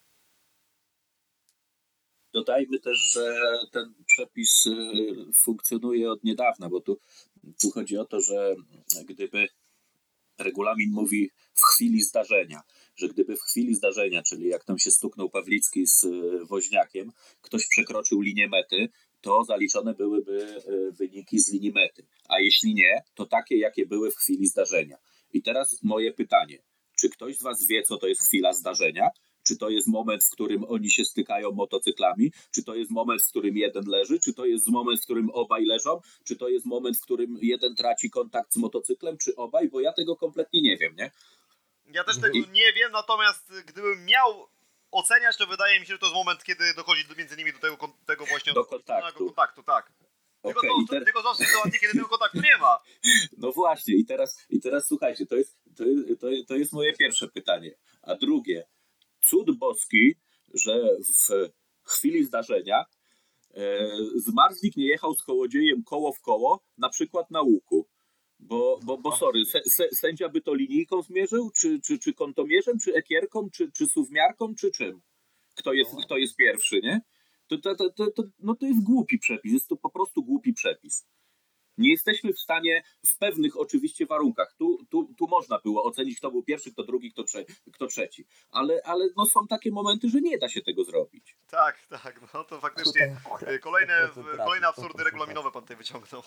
Speaker 3: Dodajmy też, że ten przepis funkcjonuje od niedawna, bo tu chodzi o to, że gdyby regulamin mówi w chwili zdarzenia, że gdyby w chwili zdarzenia, czyli jak tam się stuknął Pawlicki z Woźniakiem, ktoś przekroczył linię mety, to zaliczone byłyby wyniki z linii mety. A jeśli nie, to takie, jakie były w chwili zdarzenia. I teraz moje pytanie, czy ktoś z was wie, co to jest chwila zdarzenia? Czy to jest moment, w którym oni się stykają motocyklami? Czy to jest moment, w którym jeden leży? Czy to jest moment, w którym obaj leżą? Czy to jest moment, w którym jeden traci kontakt z motocyklem? Czy obaj? Bo ja tego kompletnie nie wiem, nie?
Speaker 1: Ja też tego nie wiem, natomiast gdybym miał oceniać, to wydaje mi się, że to jest moment, kiedy dochodzi między nimi do tego właśnie
Speaker 3: do kontaktu.
Speaker 1: Tak. Tylko,
Speaker 3: Okay,
Speaker 1: tylko są sytuacje, kiedy tego kontaktu nie ma.
Speaker 3: No właśnie, i teraz słuchajcie, to jest moje pierwsze pytanie. A drugie, cud boski, że w chwili zdarzenia zmarzlik nie jechał z kołodziejem koło w koło, na przykład na łuku. Bo sorry, sędzia by to linijką zmierzył, czy kątomierzem, czy ekierką, czy suwmiarką, czy czym? Kto jest pierwszy, nie? To jest głupi przepis, jest to po prostu głupi przepis. Nie jesteśmy w stanie w pewnych oczywiście warunkach. Tu można było ocenić, kto był pierwszy, kto drugi, kto trzeci. Ale no są takie momenty, że nie da się tego zrobić.
Speaker 1: Tak, no to faktycznie kolejne absurdy regulaminowe pan tutaj wyciągnął.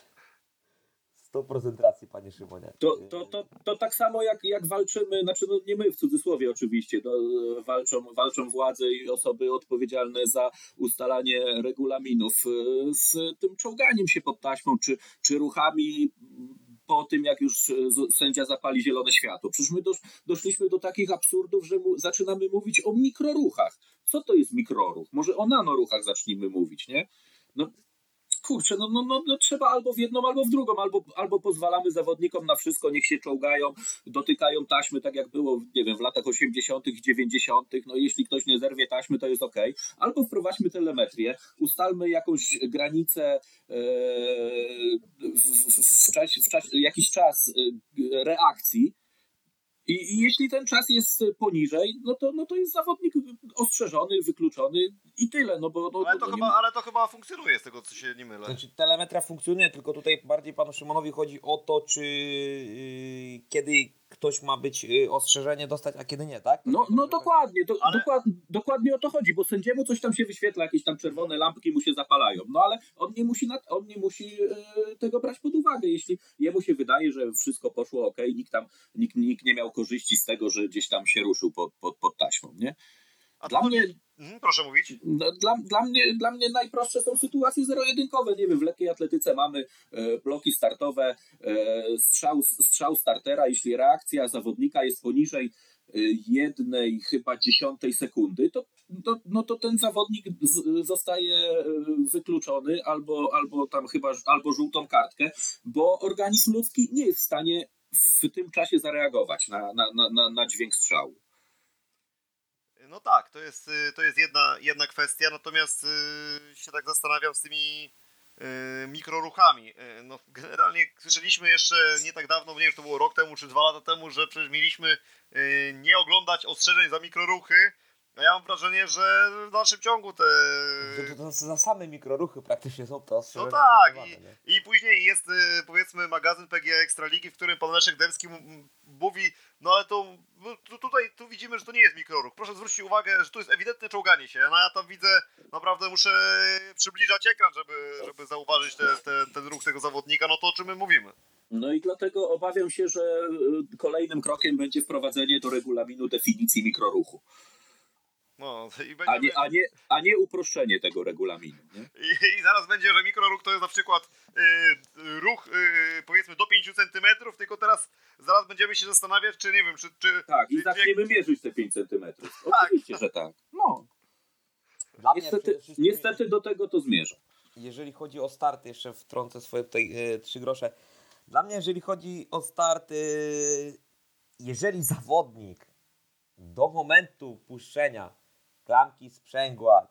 Speaker 2: 100% racji, panie Szymonie.
Speaker 3: To tak samo jak walczymy, znaczy no nie my w cudzysłowie oczywiście, no, walczą władze i osoby odpowiedzialne za ustalanie regulaminów z tym czołganiem się pod taśmą, czy ruchami po tym, jak już sędzia zapali zielone światło. Przecież my doszliśmy do takich absurdów, że zaczynamy mówić o mikroruchach. Co to jest mikroruch? Może o nanoruchach zacznijmy mówić, nie? No kurczę, no trzeba albo w jedną, albo w drugą, albo pozwalamy zawodnikom na wszystko, niech się czołgają, dotykają taśmy, tak jak było, nie wiem, w latach 80., 90., no jeśli ktoś nie zerwie taśmy, to jest okej. Albo wprowadźmy telemetrię, ustalmy jakąś granicę jakiś czas reakcji, i jeśli ten czas jest poniżej, no to jest zawodnik ostrzeżony, wykluczony i tyle.
Speaker 1: Ale to chyba funkcjonuje, z tego co się nie mylę.
Speaker 2: Znaczy, telemetria funkcjonuje, tylko tutaj bardziej panu Szymonowi chodzi o to, czy kiedy ktoś ma być ostrzeżenie dostać, a kiedy nie, tak?
Speaker 3: Dokładnie, dokładnie o to chodzi, bo sędziemu coś tam się wyświetla, jakieś tam czerwone lampki mu się zapalają, no ale on nie musi tego brać pod uwagę, jeśli jemu się wydaje, że wszystko poszło okej, nikt nie miał korzyści z tego, że gdzieś tam się ruszył pod taśmą, nie?
Speaker 1: Proszę mówić.
Speaker 3: Dla mnie najprostsze są sytuacje zero-jedynkowe. Nie wiem, w lekkiej atletyce mamy bloki startowe, strzał startera. Jeśli reakcja zawodnika jest poniżej 1/10 sekundy, to ten zawodnik zostaje wykluczony albo tam chyba żółtą kartkę, bo organizm ludzki nie jest w stanie w tym czasie zareagować na dźwięk strzału.
Speaker 1: No tak, to jest jedna kwestia, natomiast się tak zastanawiam z tymi mikroruchami. No, generalnie słyszeliśmy jeszcze nie tak dawno, nie wiem, czy to było rok temu czy 2 lata temu, że przecież mieliśmy nie oglądać ostrzeżeń za mikroruchy, a ja mam wrażenie, że w dalszym ciągu te...
Speaker 2: To za same mikroruchy praktycznie są to ostrzeżenia.
Speaker 1: No tak, i później jest powiedzmy magazyn PGA Ekstraligi, w którym pan Leszek Dębski mówi, no ale tu widzimy, że to nie jest mikroruch. Proszę zwrócić uwagę, że tu jest ewidentne czołganie się. No ja tam widzę, naprawdę muszę przybliżać ekran, żeby zauważyć ten ruch tego zawodnika, no to o czym my mówimy.
Speaker 3: No i dlatego obawiam się, że kolejnym krokiem będzie wprowadzenie do regulaminu definicji mikroruchu.
Speaker 1: No,
Speaker 3: a nie uproszczenie tego regulaminu. Nie?
Speaker 1: I zaraz będzie, że mikroruch to jest na przykład ruch powiedzmy do 5 cm, tylko zaraz będziemy się zastanawiać, czy nie wiem, czy...
Speaker 3: Tak, i zaczniemy mierzyć te 5 cm. Oczywiście, że tak. No. Niestety do tego to zmierza.
Speaker 2: Jeżeli chodzi o starty, jeszcze wtrącę swoje tutaj 3 grosze. Dla mnie, jeżeli chodzi o starty, jeżeli zawodnik do momentu puszczenia klamki sprzęgła,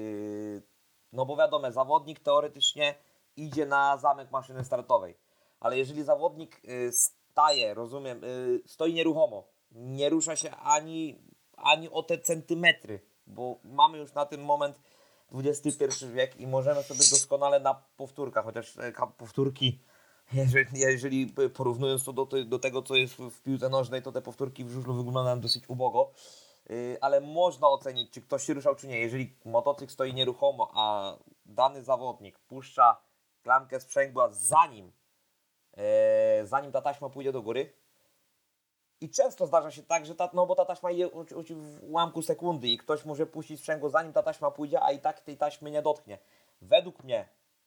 Speaker 2: no bo wiadomo, zawodnik teoretycznie idzie na zamek maszyny startowej, ale jeżeli zawodnik staje, rozumiem, stoi nieruchomo, nie rusza się ani o te centymetry, bo mamy już na ten moment XXI wiek i możemy sobie doskonale na powtórkach, chociaż powtórki, jeżeli porównując to do tego, co jest w piłce nożnej, to te powtórki w żużlu wyglądają dosyć ubogo, ale można ocenić, czy ktoś się ruszał, czy nie. Jeżeli motocykl stoi nieruchomo, a dany zawodnik puszcza klamkę sprzęgła zanim ta taśma pójdzie do góry, i często zdarza się tak, że bo ta taśma idzie w ułamku sekundy i ktoś może puścić sprzęgło zanim ta taśma pójdzie, a i tak tej taśmy nie dotknie. Według mnie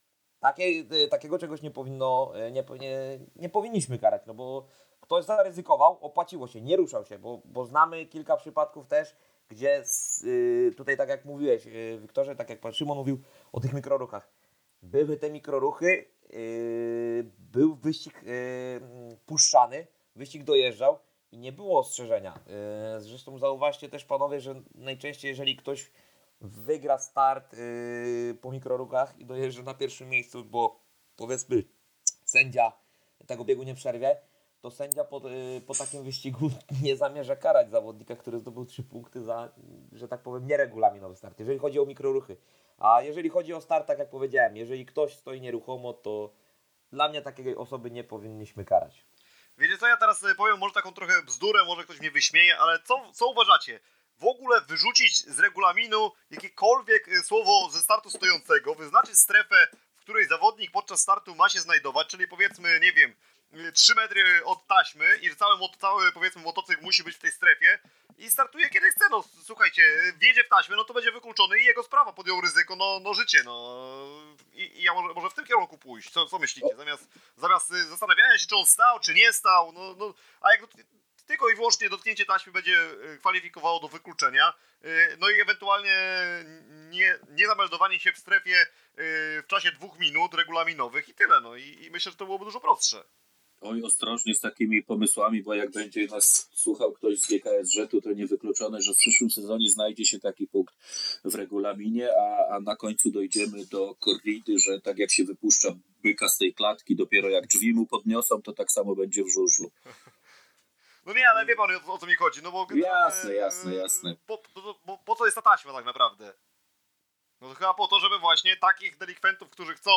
Speaker 2: Takiego czegoś nie powinniśmy karać, no bo ktoś zaryzykował, opłaciło się, nie ruszał się, bo znamy kilka przypadków też, gdzie tutaj tak jak mówiłeś, Wiktorze, tak jak pan Szymon mówił o tych mikroruchach. Były te mikroruchy, był wyścig puszczany, wyścig dojeżdżał i nie było ostrzeżenia. Zresztą zauważcie też panowie, że najczęściej jeżeli ktoś wygra start po mikroruchach i dojeżdża na pierwszym miejscu, bo powiedzmy sędzia tego biegu nie przerwie, to sędzia po takim wyścigu nie zamierza karać zawodnika, który zdobył 3 punkty za, że tak powiem, nieregulaminowy start, jeżeli chodzi o mikroruchy. A jeżeli chodzi o start, tak jak powiedziałem, jeżeli ktoś stoi nieruchomo, to dla mnie takiej osoby nie powinniśmy karać.
Speaker 1: Wiecie co, ja teraz powiem może taką trochę bzdurę, może ktoś mnie wyśmieje, ale co uważacie? W ogóle wyrzucić z regulaminu jakiekolwiek słowo ze startu stojącego, wyznaczyć strefę, w której zawodnik podczas startu ma się znajdować, czyli powiedzmy, nie wiem, 3 metry od taśmy i że cały powiedzmy motocykl musi być w tej strefie i startuje kiedy chce, no słuchajcie, wjedzie w taśmę, no to będzie wykluczony i jego sprawa, podjął ryzyko, no życie, no i ja może w tym kierunku pójść, co myślicie, zamiast zastanawiania się, czy on stał, czy nie stał, a jak tylko i wyłącznie dotknięcie taśmy będzie kwalifikowało do wykluczenia, no i ewentualnie niezameldowanie się w strefie w czasie 2 minut regulaminowych i tyle, no i myślę, że to byłoby dużo prostsze.
Speaker 3: Oj, ostrożnie z takimi pomysłami, bo jak będzie nas słuchał ktoś z GKSŻ-u, to niewykluczone, że w przyszłym sezonie znajdzie się taki punkt w regulaminie, a na końcu dojdziemy do korridy, że tak jak się wypuszcza byka z tej klatki, dopiero jak drzwi mu podniosą, to tak samo będzie w żużlu.
Speaker 1: No nie, ale wie pan o co mi chodzi, no bo...
Speaker 3: Jasne.
Speaker 1: Po co jest ta taśma tak naprawdę? No to chyba po to, żeby właśnie takich delikwentów, którzy chcą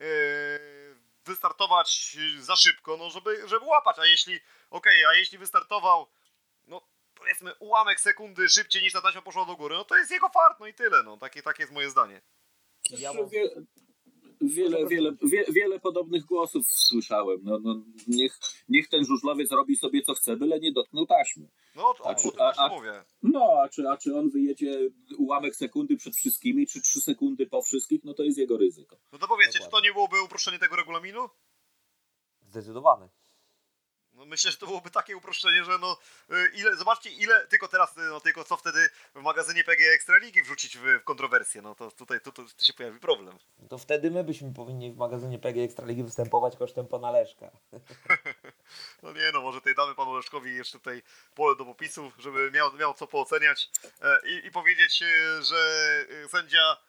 Speaker 1: wystartować za szybko, no żeby łapać, a jeśli wystartował, no powiedzmy ułamek sekundy szybciej niż ta taśma poszła do góry, no to jest jego fart, no i tyle, no takie jest moje zdanie.
Speaker 3: Wiele podobnych głosów słyszałem. No, niech ten żużlowiec robi sobie co chce, byle nie dotknął taśmy.
Speaker 1: No o tym właśnie mówię.
Speaker 3: No, a czy on wyjedzie ułamek sekundy przed wszystkimi, czy 3 sekundy po wszystkich, no to jest jego ryzyko.
Speaker 1: No to powiedzcie, czy to nie byłoby uproszczenie tego regulaminu?
Speaker 2: Zdecydowane.
Speaker 1: No myślę, że to byłoby takie uproszczenie, że zobaczcie ile, tylko teraz, tylko co wtedy w magazynie PG Ekstraligi wrzucić w kontrowersję, no to tutaj się pojawi problem.
Speaker 2: To wtedy my byśmy powinni w magazynie PG Ekstraligi występować kosztem pana Leszka.
Speaker 1: No nie no, może tej damy panu Leszkowi jeszcze tutaj pole do popisu, żeby miał co pooceniać i powiedzieć, że sędzia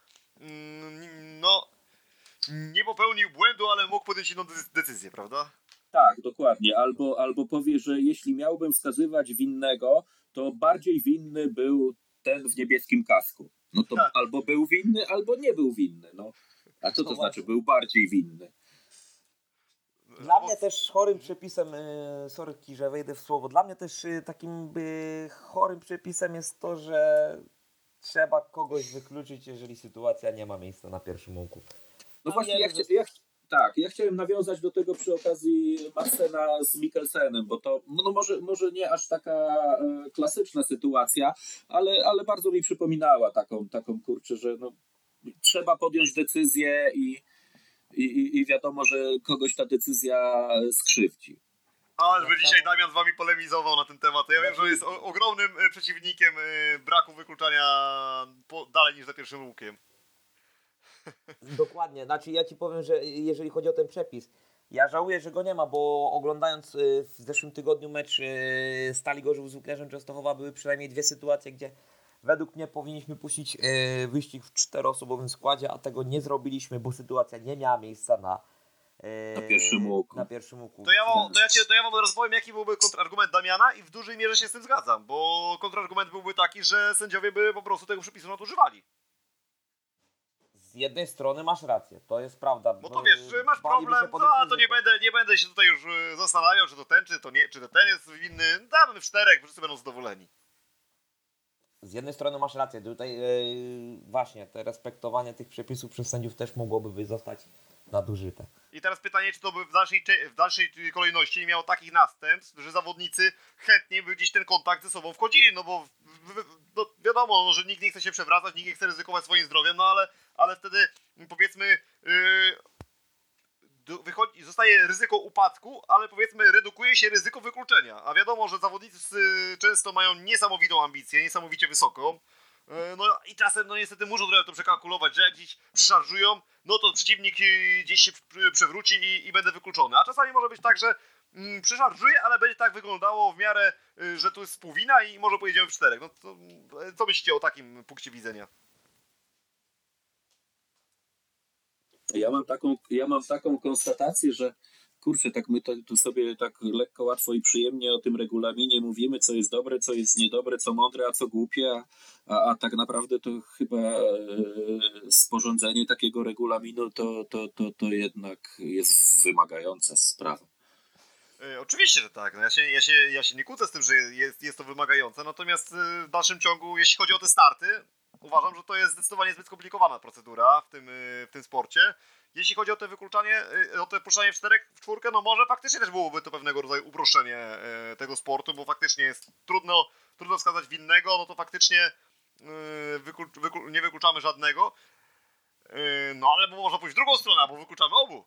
Speaker 1: nie popełnił błędu, ale mógł podjąć inną decyzję, prawda?
Speaker 3: Tak, dokładnie. Albo powie, że jeśli miałbym wskazywać winnego, to bardziej winny był ten w niebieskim kasku. No to
Speaker 1: tak.
Speaker 3: Albo był winny, albo nie był winny. No. A co to znaczy był bardziej winny?
Speaker 2: Dla mnie też chorym przepisem, sorki, że wejdę w słowo, dla mnie też takim chorym przepisem jest to, że trzeba kogoś wykluczyć, jeżeli sytuacja nie ma miejsca na pierwszym łuku.
Speaker 3: No właśnie, ja chciałem nawiązać do tego przy okazji Marsena z Mikkelsenem, bo to może nie aż taka klasyczna sytuacja, ale bardzo mi przypominała taką kurczę, że trzeba podjąć decyzję i wiadomo, że kogoś ta decyzja skrzywdzi.
Speaker 1: Ale żeby dzisiaj Damian z wami polemizował na ten temat. Ja wiem, że jest ogromnym przeciwnikiem braku wykluczania dalej niż za pierwszym łukiem.
Speaker 2: Dokładnie, znaczy ja ci powiem, że jeżeli chodzi o ten przepis, ja żałuję, że go nie ma, bo oglądając w zeszłym tygodniu mecz Stali Gorzów z Łukarzem Częstochowa były przynajmniej 2 sytuacje, gdzie według mnie powinniśmy puścić wyścig w 4-osobowym składzie, a tego nie zrobiliśmy, bo sytuacja nie miała miejsca na pierwszym łuku.
Speaker 1: To ja wam rozpowiem, jaki byłby kontrargument Damiana i w dużej mierze się z tym zgadzam, bo kontrargument byłby taki, że sędziowie by po prostu tego przepisu nadużywali.
Speaker 2: Z jednej strony masz rację, to jest prawda.
Speaker 1: Bo to wiesz, że masz problem, to nie będę się tutaj już zastanawiał, czy to ten, czy to nie, czy to ten jest winny. Damy w 4, wszyscy będą zadowoleni.
Speaker 2: Z jednej strony masz rację, tutaj właśnie te respektowanie tych przepisów przez sędziów też mogłoby zostać nadużyte.
Speaker 1: I teraz pytanie, czy to by w dalszej kolejności nie miało takich następstw, że zawodnicy chętnie by gdzieś ten kontakt ze sobą wchodzili, no bo wiadomo, że nikt nie chce się przewracać, nikt nie chce ryzykować swoim zdrowiem, no ale wtedy powiedzmy powstaje ryzyko upadku, ale powiedzmy redukuje się ryzyko wykluczenia. A wiadomo, że zawodnicy często mają niesamowitą ambicję, niesamowicie wysoką. No i czasem no niestety muszą trochę to przekalkulować, że jak gdzieś przyszarżują, no to przeciwnik gdzieś się przewróci i będę wykluczony. A czasami może być tak, że przyszarżuje, ale będzie tak wyglądało w miarę, że to jest spółwina i może pojedziemy w 4. No to, co myślicie o takim punkcie widzenia?
Speaker 3: Ja mam taką konstatację, że kurczę, tak my tu sobie tak lekko, łatwo i przyjemnie o tym regulaminie mówimy, co jest dobre, co jest niedobre, co mądre, a co głupie, a tak naprawdę to chyba sporządzenie takiego regulaminu to jednak jest wymagająca sprawa.
Speaker 1: Oczywiście, że tak. No ja się nie kłócę z tym, że jest to wymagające, natomiast w dalszym ciągu, jeśli chodzi o te starty, uważam, że to jest zdecydowanie zbyt skomplikowana procedura w tym sporcie. Jeśli chodzi o te wykluczanie, o te puszczanie w 4, no może faktycznie też byłoby to pewnego rodzaju uproszczenie tego sportu, bo faktycznie jest trudno wskazać winnego, no to faktycznie nie wykluczamy żadnego. No ale można pójść w drugą stronę, bo wykluczamy obu.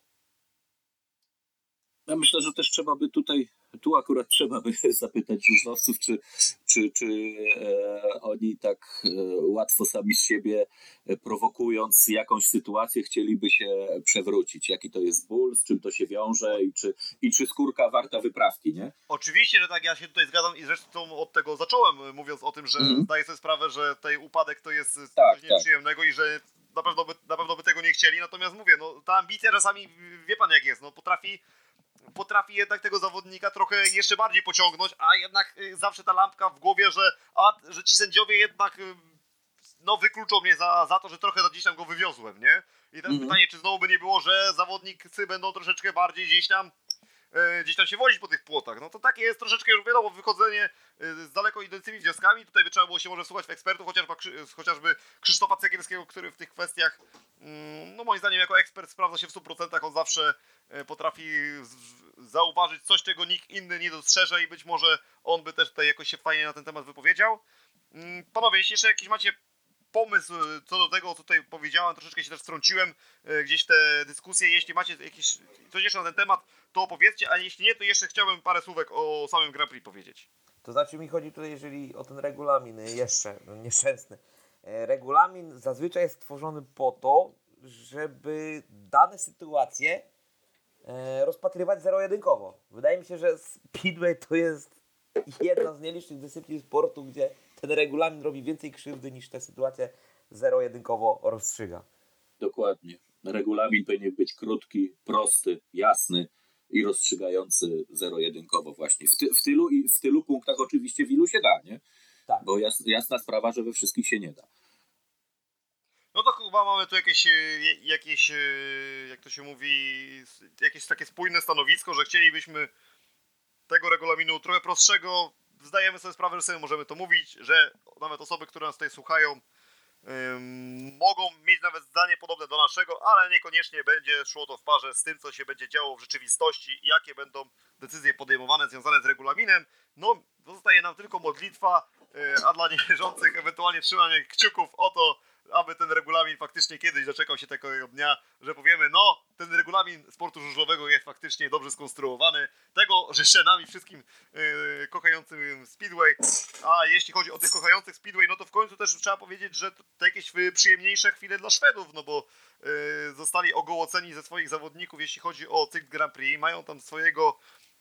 Speaker 3: Ja myślę, że też trzeba by tu akurat trzeba by zapytać żużlowców, czy oni tak łatwo sami z siebie prowokując jakąś sytuację chcieliby się przewrócić. Jaki to jest ból, z czym to się wiąże i czy skórka warta wyprawki, nie?
Speaker 1: Oczywiście, że tak, ja się tutaj zgadzam i zresztą od tego zacząłem, mówiąc o tym, że zdaję sobie sprawę, że tutaj upadek to jest coś nieprzyjemnego i że na pewno by tego nie chcieli, natomiast mówię, no ta ambicja czasami, wie pan jak jest, no potrafi jednak tego zawodnika trochę jeszcze bardziej pociągnąć, a jednak zawsze ta lampka w głowie, że ci sędziowie jednak no wykluczą mnie za to, że trochę gdzieś tam go wywiozłem, nie? I teraz pytanie, czy znowu by nie było, że zawodnicy będą troszeczkę bardziej gdzieś tam się wozić po tych płotach. No to takie jest troszeczkę już wiadomo, wychodzenie z daleko idącymi wnioskami. Tutaj by trzeba było się może słuchać ekspertów, chociażby Krzysztofa Cegielskiego, który w tych kwestiach, no moim zdaniem jako ekspert sprawdza się w 100%. On zawsze potrafi zauważyć coś, czego nikt inny nie dostrzeże i być może on by też tutaj jakoś się fajnie na ten temat wypowiedział. Panowie, jeśli jeszcze jakiś macie pomysł co do tego, co tutaj powiedziałem, troszeczkę się też wtrąciłem gdzieś te dyskusje, jeśli macie jakieś coś jeszcze na ten temat, to opowiedzcie, a jeśli nie, to jeszcze chciałbym parę słówek o samym Grand Prix powiedzieć.
Speaker 2: To znaczy mi chodzi tutaj, jeżeli o ten regulamin jeszcze, nieszczęsny. Regulamin zazwyczaj jest stworzony po to, żeby dane sytuacje rozpatrywać zero-jedynkowo. Wydaje mi się, że speedway to jest jedna z nielicznych dyscyplin sportu, gdzie ten regulamin robi więcej krzywdy niż te sytuacje zero-jedynkowo rozstrzyga.
Speaker 3: Dokładnie. Regulamin powinien być krótki, prosty, jasny i rozstrzygający zero-jedynkowo właśnie. W tylu punktach oczywiście w ilu się da, nie?
Speaker 2: Tak.
Speaker 3: Bo jasna sprawa, że we wszystkich się nie da.
Speaker 1: No to chyba mamy tu jakieś, jak to się mówi, jakieś takie spójne stanowisko, że chcielibyśmy tego regulaminu trochę prostszego. Zdajemy sobie sprawę, że sobie możemy to mówić, że nawet osoby, które nas tutaj słuchają, mogą mieć nawet zdanie podobne do naszego, ale niekoniecznie będzie szło to w parze z tym, co się będzie działo w rzeczywistości i jakie będą decyzje podejmowane związane z regulaminem. No, zostaje nam tylko modlitwa, a dla niewierzących ewentualnie trzymanie kciuków o to, aby ten regulamin faktycznie kiedyś doczekał się takiego dnia, że powiemy, no, ten regulamin sportu żużlowego jest faktycznie dobrze skonstruowany. Tego życzę nam i wszystkim kochającym Speedway. A jeśli chodzi o tych kochających Speedway, no to w końcu też trzeba powiedzieć, że to jakieś przyjemniejsze chwile dla Szwedów, no bo zostali ogołoceni ze swoich zawodników, jeśli chodzi o cykl Grand Prix. Mają tam swojego,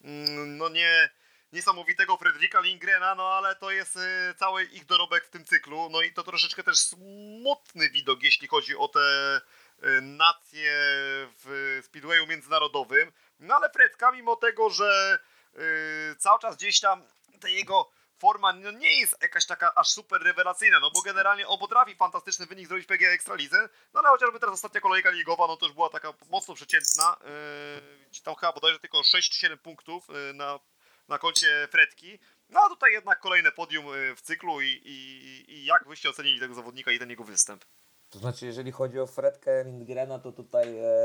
Speaker 1: niesamowitego Fredrika Lindgrena, no ale to jest cały ich dorobek w tym cyklu, no i to troszeczkę też smutny widok, jeśli chodzi o te nacje w speedwayu międzynarodowym, no ale Fredka, mimo tego, że cały czas gdzieś tam ta jego forma no, nie jest jakaś taka aż super rewelacyjna, no bo generalnie on potrafi fantastyczny wynik zrobić w PGA Ekstralidze, no ale chociażby teraz ostatnia kolejka ligowa, no to już była taka mocno przeciętna, tam chyba bodajże tylko 6 czy 7 punktów na koncie Fredki. No a tutaj jednak kolejne podium w cyklu i jak byście ocenili tego zawodnika i ten jego występ?
Speaker 2: To znaczy, jeżeli chodzi o Fredkę Lindgrena, to tutaj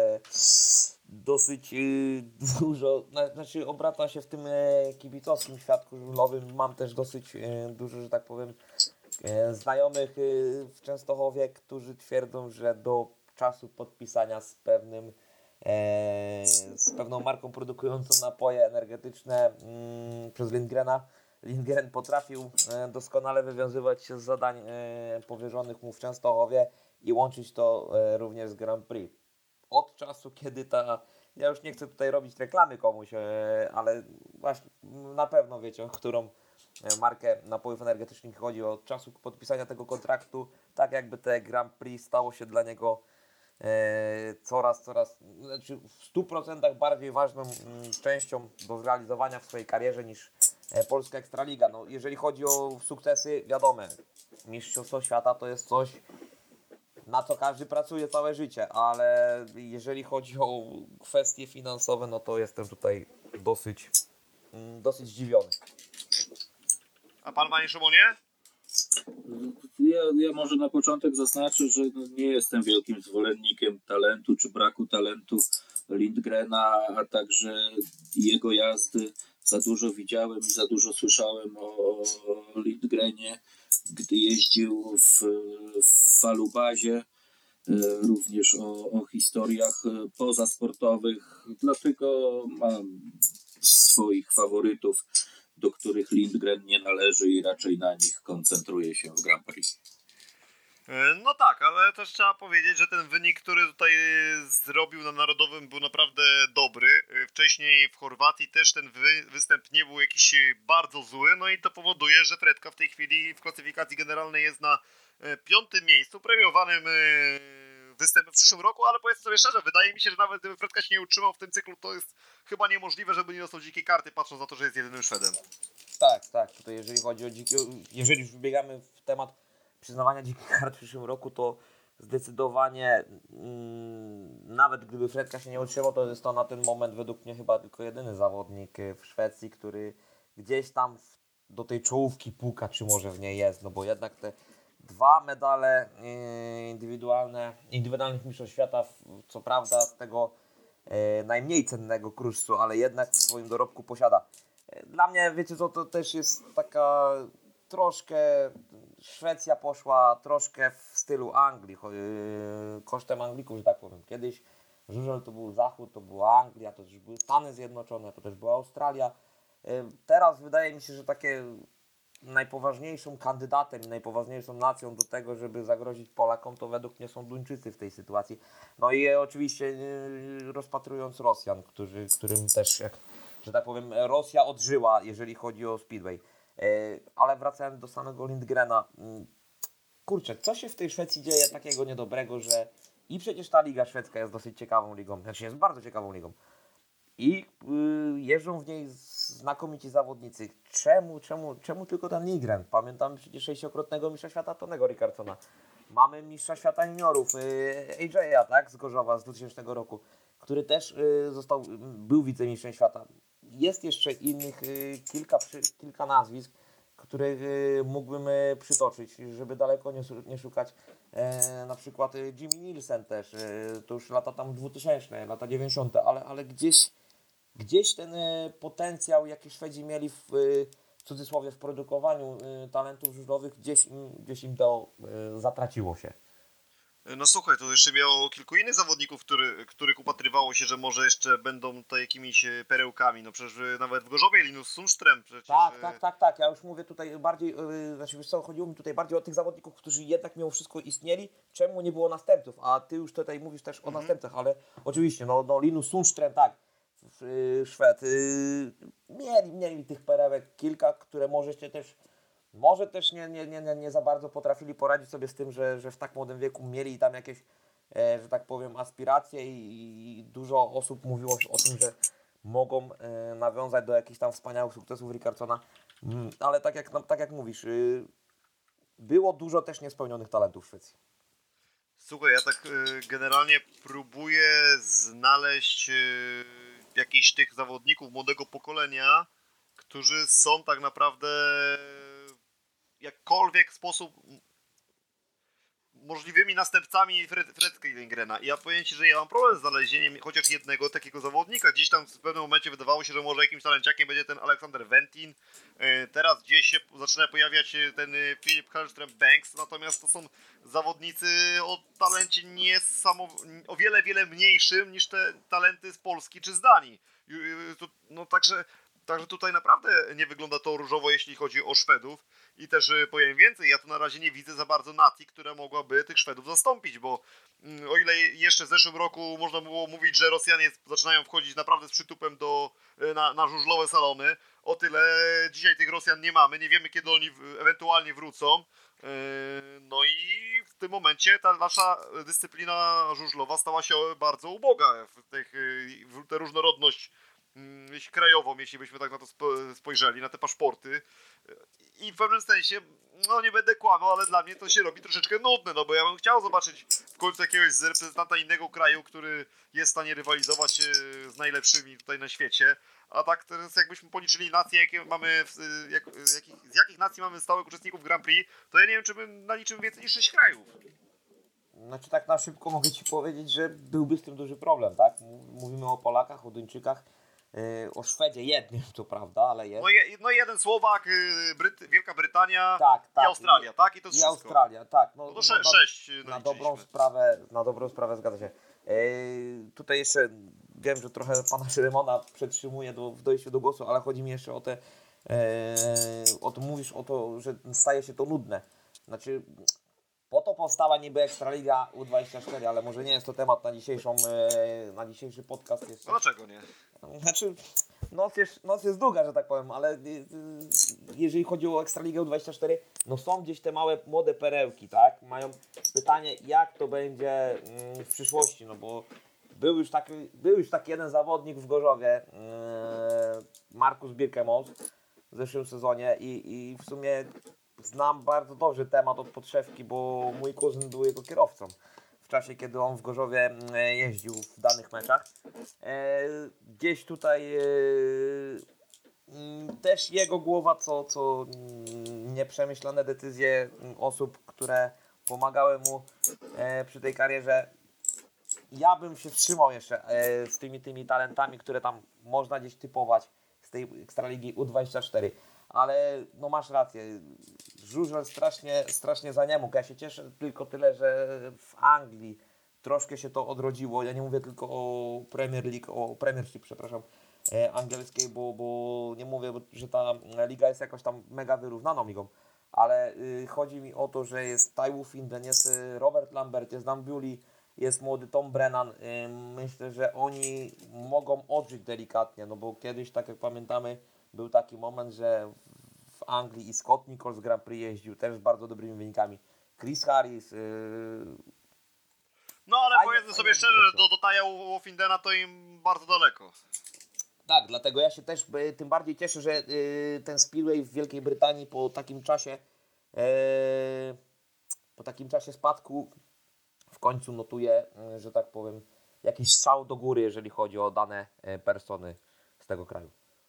Speaker 2: dosyć dużo, znaczy obracam się w tym kibicowskim świadku żużlowym. Mam też dosyć dużo, że tak powiem, znajomych w Częstochowie, którzy twierdzą, że do czasu podpisania z pewnym z pewną marką produkującą napoje energetyczne przez Lindgrena. Lindgren potrafił doskonale wywiązywać się z zadań powierzonych mu w Częstochowie i łączyć to również z Grand Prix. Od czasu, kiedy ja już nie chcę tutaj robić reklamy komuś, ale właśnie na pewno wiecie, o którą markę napojów energetycznych chodzi. Od czasu podpisania tego kontraktu, tak jakby te Grand Prix stało się dla niego coraz, znaczy w 100% bardziej ważną częścią do zrealizowania w swojej karierze niż Polska Ekstraliga. No, jeżeli chodzi o sukcesy, wiadomo, Mistrzostwo Świata to jest coś, na co każdy pracuje całe życie, ale jeżeli chodzi o kwestie finansowe, no to jestem tutaj dosyć zdziwiony.
Speaker 1: A pan, panie Szymonie?
Speaker 3: Ja może na początek zaznaczę, że nie jestem wielkim zwolennikiem talentu czy braku talentu Lindgrena, a także jego jazdy. Za dużo widziałem i za dużo słyszałem o Lindgrenie, gdy jeździł w falubazie, również o historiach pozasportowych. Dlatego mam swoich faworytów, do których Lindgren nie należy i raczej na nich koncentruje się w Grand Prix.
Speaker 1: No tak, ale też trzeba powiedzieć, że ten wynik, który tutaj zrobił na Narodowym, był naprawdę dobry. Wcześniej w Chorwacji też ten występ nie był jakiś bardzo zły, no i to powoduje, że Fredka w tej chwili w klasyfikacji generalnej jest na 5. miejscu, premiowanym występem w przyszłym roku, ale powiedzmy sobie szczerze, wydaje mi się, że nawet gdyby Fredka się nie utrzymał w tym cyklu, to jest chyba niemożliwe, żeby nie dostał dzikiej karty, patrząc na to, że jest jedynym Szwedem.
Speaker 2: Tak, tutaj jeżeli chodzi o jeżeli już wybiegamy w temat przyznawania dzikich kart w przyszłym roku, to zdecydowanie nawet gdyby Fredka się nie utrzymał, to jest to na ten moment według mnie chyba tylko jedyny zawodnik w Szwecji, który gdzieś tam do tej czołówki puka, czy może w niej jest, no bo jednak te 2 medale indywidualnych mistrzostw świata, co prawda z tego najmniej cennego kruszcu, ale jednak w swoim dorobku posiada. Dla mnie, wiecie co, to też jest taka troszkę, Szwecja poszła troszkę w stylu Anglii, kosztem Anglików, że tak powiem. Kiedyś żużel to był Zachód, to była Anglia, to też były Stany Zjednoczone, to też była Australia. Teraz wydaje mi się, że takie najpoważniejszą kandydatem i najpoważniejszą nacją do tego, żeby zagrozić Polakom, to według mnie są Duńczycy w tej sytuacji. No i oczywiście rozpatrując Rosjan, którym też, że tak powiem, Rosja odżyła, jeżeli chodzi o Speedway. Ale wracając do samego Lindgrena, kurczę, co się w tej Szwecji dzieje takiego niedobrego, że i przecież ta liga szwedzka jest dosyć ciekawą ligą, znaczy jest bardzo ciekawą ligą. I jeżdżą w niej znakomici zawodnicy. Czemu tylko ten Lindgren? Pamiętamy przecież 6-krotnego mistrza świata Tonego Rickardsona. Mamy mistrza świata juniorów AJ-a, tak, z Gorzowa z 2000 roku, który też był wicemistrzem świata. Jest jeszcze innych kilka nazwisk, których mógłbym przytoczyć, żeby daleko nie szukać. Na przykład Jimmy Nielsen też, to już lata tam 2000, lata 90, ale gdzieś ten potencjał, jaki Szwedzi mieli w cudzysłowie w produkowaniu talentów żużlowych, gdzieś im to zatraciło się.
Speaker 1: No słuchaj, to jeszcze miało kilku innych zawodników, których upatrywało się, że może jeszcze będą to jakimiś perełkami. No przecież nawet w Gorzowie Linus Sundström przecież...
Speaker 2: Tak. Ja już mówię tutaj bardziej, znaczy wiesz co, chodziło mi tutaj bardziej o tych zawodników, którzy jednak mimo wszystko istnieli, czemu nie było następców, a ty już tutaj mówisz też o następcach, ale oczywiście, no Linus Sundström, tak, Szwed, mieli tych perełek kilka, które może też nie za bardzo potrafili poradzić sobie z tym, że w tak młodym wieku mieli tam jakieś, że tak powiem, aspiracje i dużo osób mówiło o tym, że mogą nawiązać do jakichś tam wspaniałych sukcesów Rickardsona, ale tak jak mówisz, było dużo też niespełnionych talentów w Szwecji.
Speaker 1: Słuchaj, ja tak generalnie próbuję znaleźć jakichś tych zawodników młodego pokolenia, którzy są tak naprawdę jakkolwiek sposób możliwymi następcami Fredka Lindgrena. I ja powiem Ci, że ja mam problem z znalezieniem chociaż jednego takiego zawodnika. Gdzieś tam w pewnym momencie wydawało się, że może jakimś talenciakiem będzie ten Aleksander Wentin. Teraz gdzieś się zaczyna pojawiać ten Filip Hellström-Banks, natomiast to są zawodnicy o talencie o wiele, wiele mniejszym niż te talenty z Polski czy z Danii. No także tutaj naprawdę nie wygląda to różowo, jeśli chodzi o Szwedów. I też powiem więcej, ja tu na razie nie widzę za bardzo nacji, która mogłaby tych Szwedów zastąpić, bo o ile jeszcze w zeszłym roku można było mówić, że Rosjanie zaczynają wchodzić naprawdę z przytupem na żużlowe salony, o tyle dzisiaj tych Rosjan nie mamy, nie wiemy kiedy oni ewentualnie wrócą. No i w tym momencie ta nasza dyscyplina żużlowa stała się bardzo uboga, tę różnorodność krajową, jeśli byśmy tak na to spojrzeli, na te paszporty. I w pewnym sensie, no nie będę kłamał, ale dla mnie to się robi troszeczkę nudne, no bo ja bym chciał zobaczyć w końcu jakiegoś reprezentanta innego kraju, który jest w stanie rywalizować z najlepszymi tutaj na świecie. A tak teraz jakbyśmy policzyli nacje, jakie mamy, z jakich nacji mamy stałych uczestników Grand Prix, to ja nie wiem, czy my naliczymy więcej niż 6 krajów.
Speaker 2: Znaczy tak na szybko mogę Ci powiedzieć, że byłby z tym duży problem, tak? Mówimy o Polakach, o Duńczykach, o Szwedzie jednym, to prawda, ale jest.
Speaker 1: No jeden Słowak, Wielka Brytania
Speaker 2: Tak,
Speaker 1: i Australia, tak? I to jest wszystko.
Speaker 2: Australia, tak.
Speaker 1: No to 6
Speaker 2: na dobrą sprawę zgadza się. Tutaj jeszcze wiem, że trochę pana Szymona przetrzymuję w dojściu do głosu, ale chodzi mi jeszcze o te, mówisz o to, że staje się to nudne. Znaczy, po to powstała niby Ekstraliga U24, ale może nie jest to temat na dzisiejszy podcast jeszcze.
Speaker 1: No dlaczego nie?
Speaker 2: Znaczy, noc jest długa, że tak powiem, ale jeżeli chodzi o Ekstraligę U24, no są gdzieś te małe, młode perełki, tak? Mają pytanie, jak to będzie w przyszłości, no bo był już taki jeden zawodnik w Gorzowie, Markus Birkemont w zeszłym sezonie i w sumie znam bardzo dobrze temat od podszewki, bo mój kuzyn był jego kierowcą w czasie, kiedy on w Gorzowie jeździł w danych meczach. Gdzieś tutaj też jego głowa, co nieprzemyślane decyzje osób, które pomagały mu przy tej karierze. Ja bym się wstrzymał jeszcze z tymi talentami, które tam można gdzieś typować z tej Ekstraligi U24. Ale no masz rację, żużel strasznie zaniemógł. Ja się cieszę tylko tyle, że w Anglii troszkę się to odrodziło. Ja nie mówię tylko o Premiership, przepraszam, angielskiej, bo nie mówię, że ta liga jest jakoś tam mega wyrównaną ligą, ale chodzi mi o to, że jest Ty Woffinden, jest Robert Lambert, jest Dan Bewley, jest młody Tom Brennan. Myślę, że oni mogą odżyć delikatnie, no bo kiedyś, tak jak pamiętamy, był taki moment, że w Anglii i Scott Nichols Grand Prix jeździł też z bardzo dobrymi wynikami. Chris Harris.
Speaker 1: No ale powiedzmy sobie szczerze, że do Ty'a Woffindena to im bardzo daleko.
Speaker 2: Tak, dlatego ja się też tym bardziej cieszę, że ten Speedway w Wielkiej Brytanii po takim czasie spadku w końcu notuje, że tak powiem, jakiś strzał do góry, jeżeli chodzi o dane persony z tego kraju.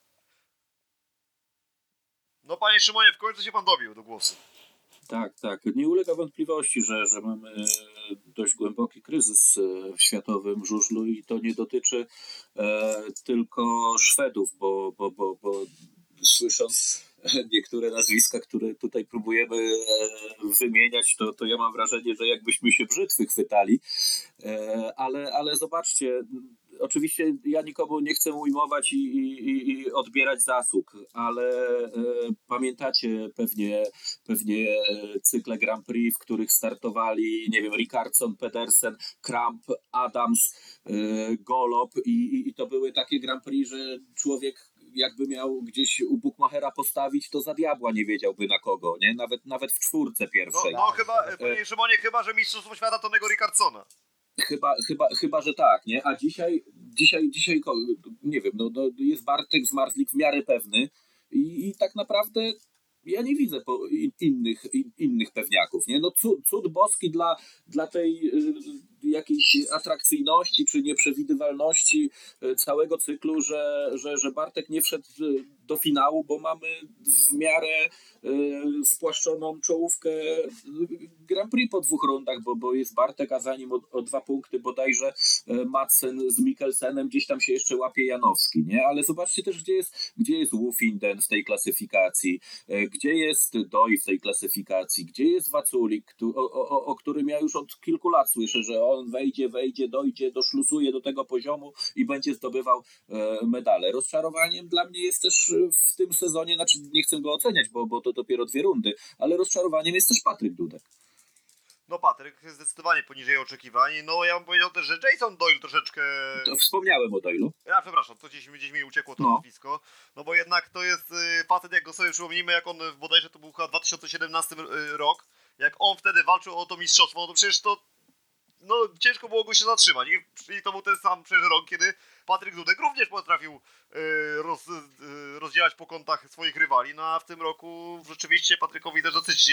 Speaker 1: No panie Szymonie, w końcu się pan dobił do głosu.
Speaker 3: Tak. Nie ulega wątpliwości, że mamy dość głęboki kryzys w światowym żużlu i to nie dotyczy tylko Szwedów, bo słysząc niektóre nazwiska, które tutaj próbujemy wymieniać, to ja mam wrażenie, że jakbyśmy się brzytwy chwytali, ale zobaczcie, oczywiście ja nikomu nie chcę ujmować i odbierać zasług, ale pamiętacie pewnie cykle Grand Prix, w których startowali, nie wiem, Rickardsson, Pedersen, Kramp, Adams, Golob i to były takie Grand Prix, że człowiek jakby miał gdzieś u Bukmachera postawić, to za diabła nie wiedziałby na kogo, nie? Nawet w czwórce pierwszej.
Speaker 1: No chyba, panie Szymonie, chyba, że mistrzostwo świata Tonego Rickardsona.
Speaker 3: Chyba, że tak, nie? A dzisiaj nie wiem, no jest Bartek Zmarzlik w miarę pewny i tak naprawdę ja nie widzę innych pewniaków, nie? No cud boski dla tej jakiejś atrakcyjności czy nieprzewidywalności całego cyklu, że Bartek nie wszedł do finału, bo mamy w miarę spłaszczoną czołówkę Grand Prix po 2 rundach, bo jest Bartek, a za nim o 2 punkty bodajże Madsen z Mikkelsenem, gdzieś tam się jeszcze łapie Janowski, nie? Ale zobaczcie też, gdzie jest Wufinden w tej klasyfikacji, gdzie jest Doi w tej klasyfikacji, gdzie jest Waculik, o którym ja już od kilku lat słyszę, że on wejdzie, dojdzie, doszlusuje do tego poziomu i będzie zdobywał medale. Rozczarowaniem dla mnie jest też w tym sezonie, znaczy nie chcę go oceniać, bo to dopiero 2 rundy, ale rozczarowaniem jest też Patryk Dudek.
Speaker 1: No Patryk zdecydowanie poniżej oczekiwań. No ja bym powiedział też, że Jason Doyle troszeczkę...
Speaker 3: To wspomniałem o Doylu.
Speaker 1: Ja przepraszam, to gdzieś mi uciekło to nazwisko. No bo jednak to jest facet, jak go sobie przypomnimy, jak on bodajże to był chyba 2017 rok, jak on wtedy walczył o to mistrzostwo, no to przecież to ciężko było go się zatrzymać. I to był ten sam przecież rok, kiedy Patryk Dudek również potrafił rozdzielać po kątach swoich rywali. No a w tym roku rzeczywiście Patrykowi też dosyć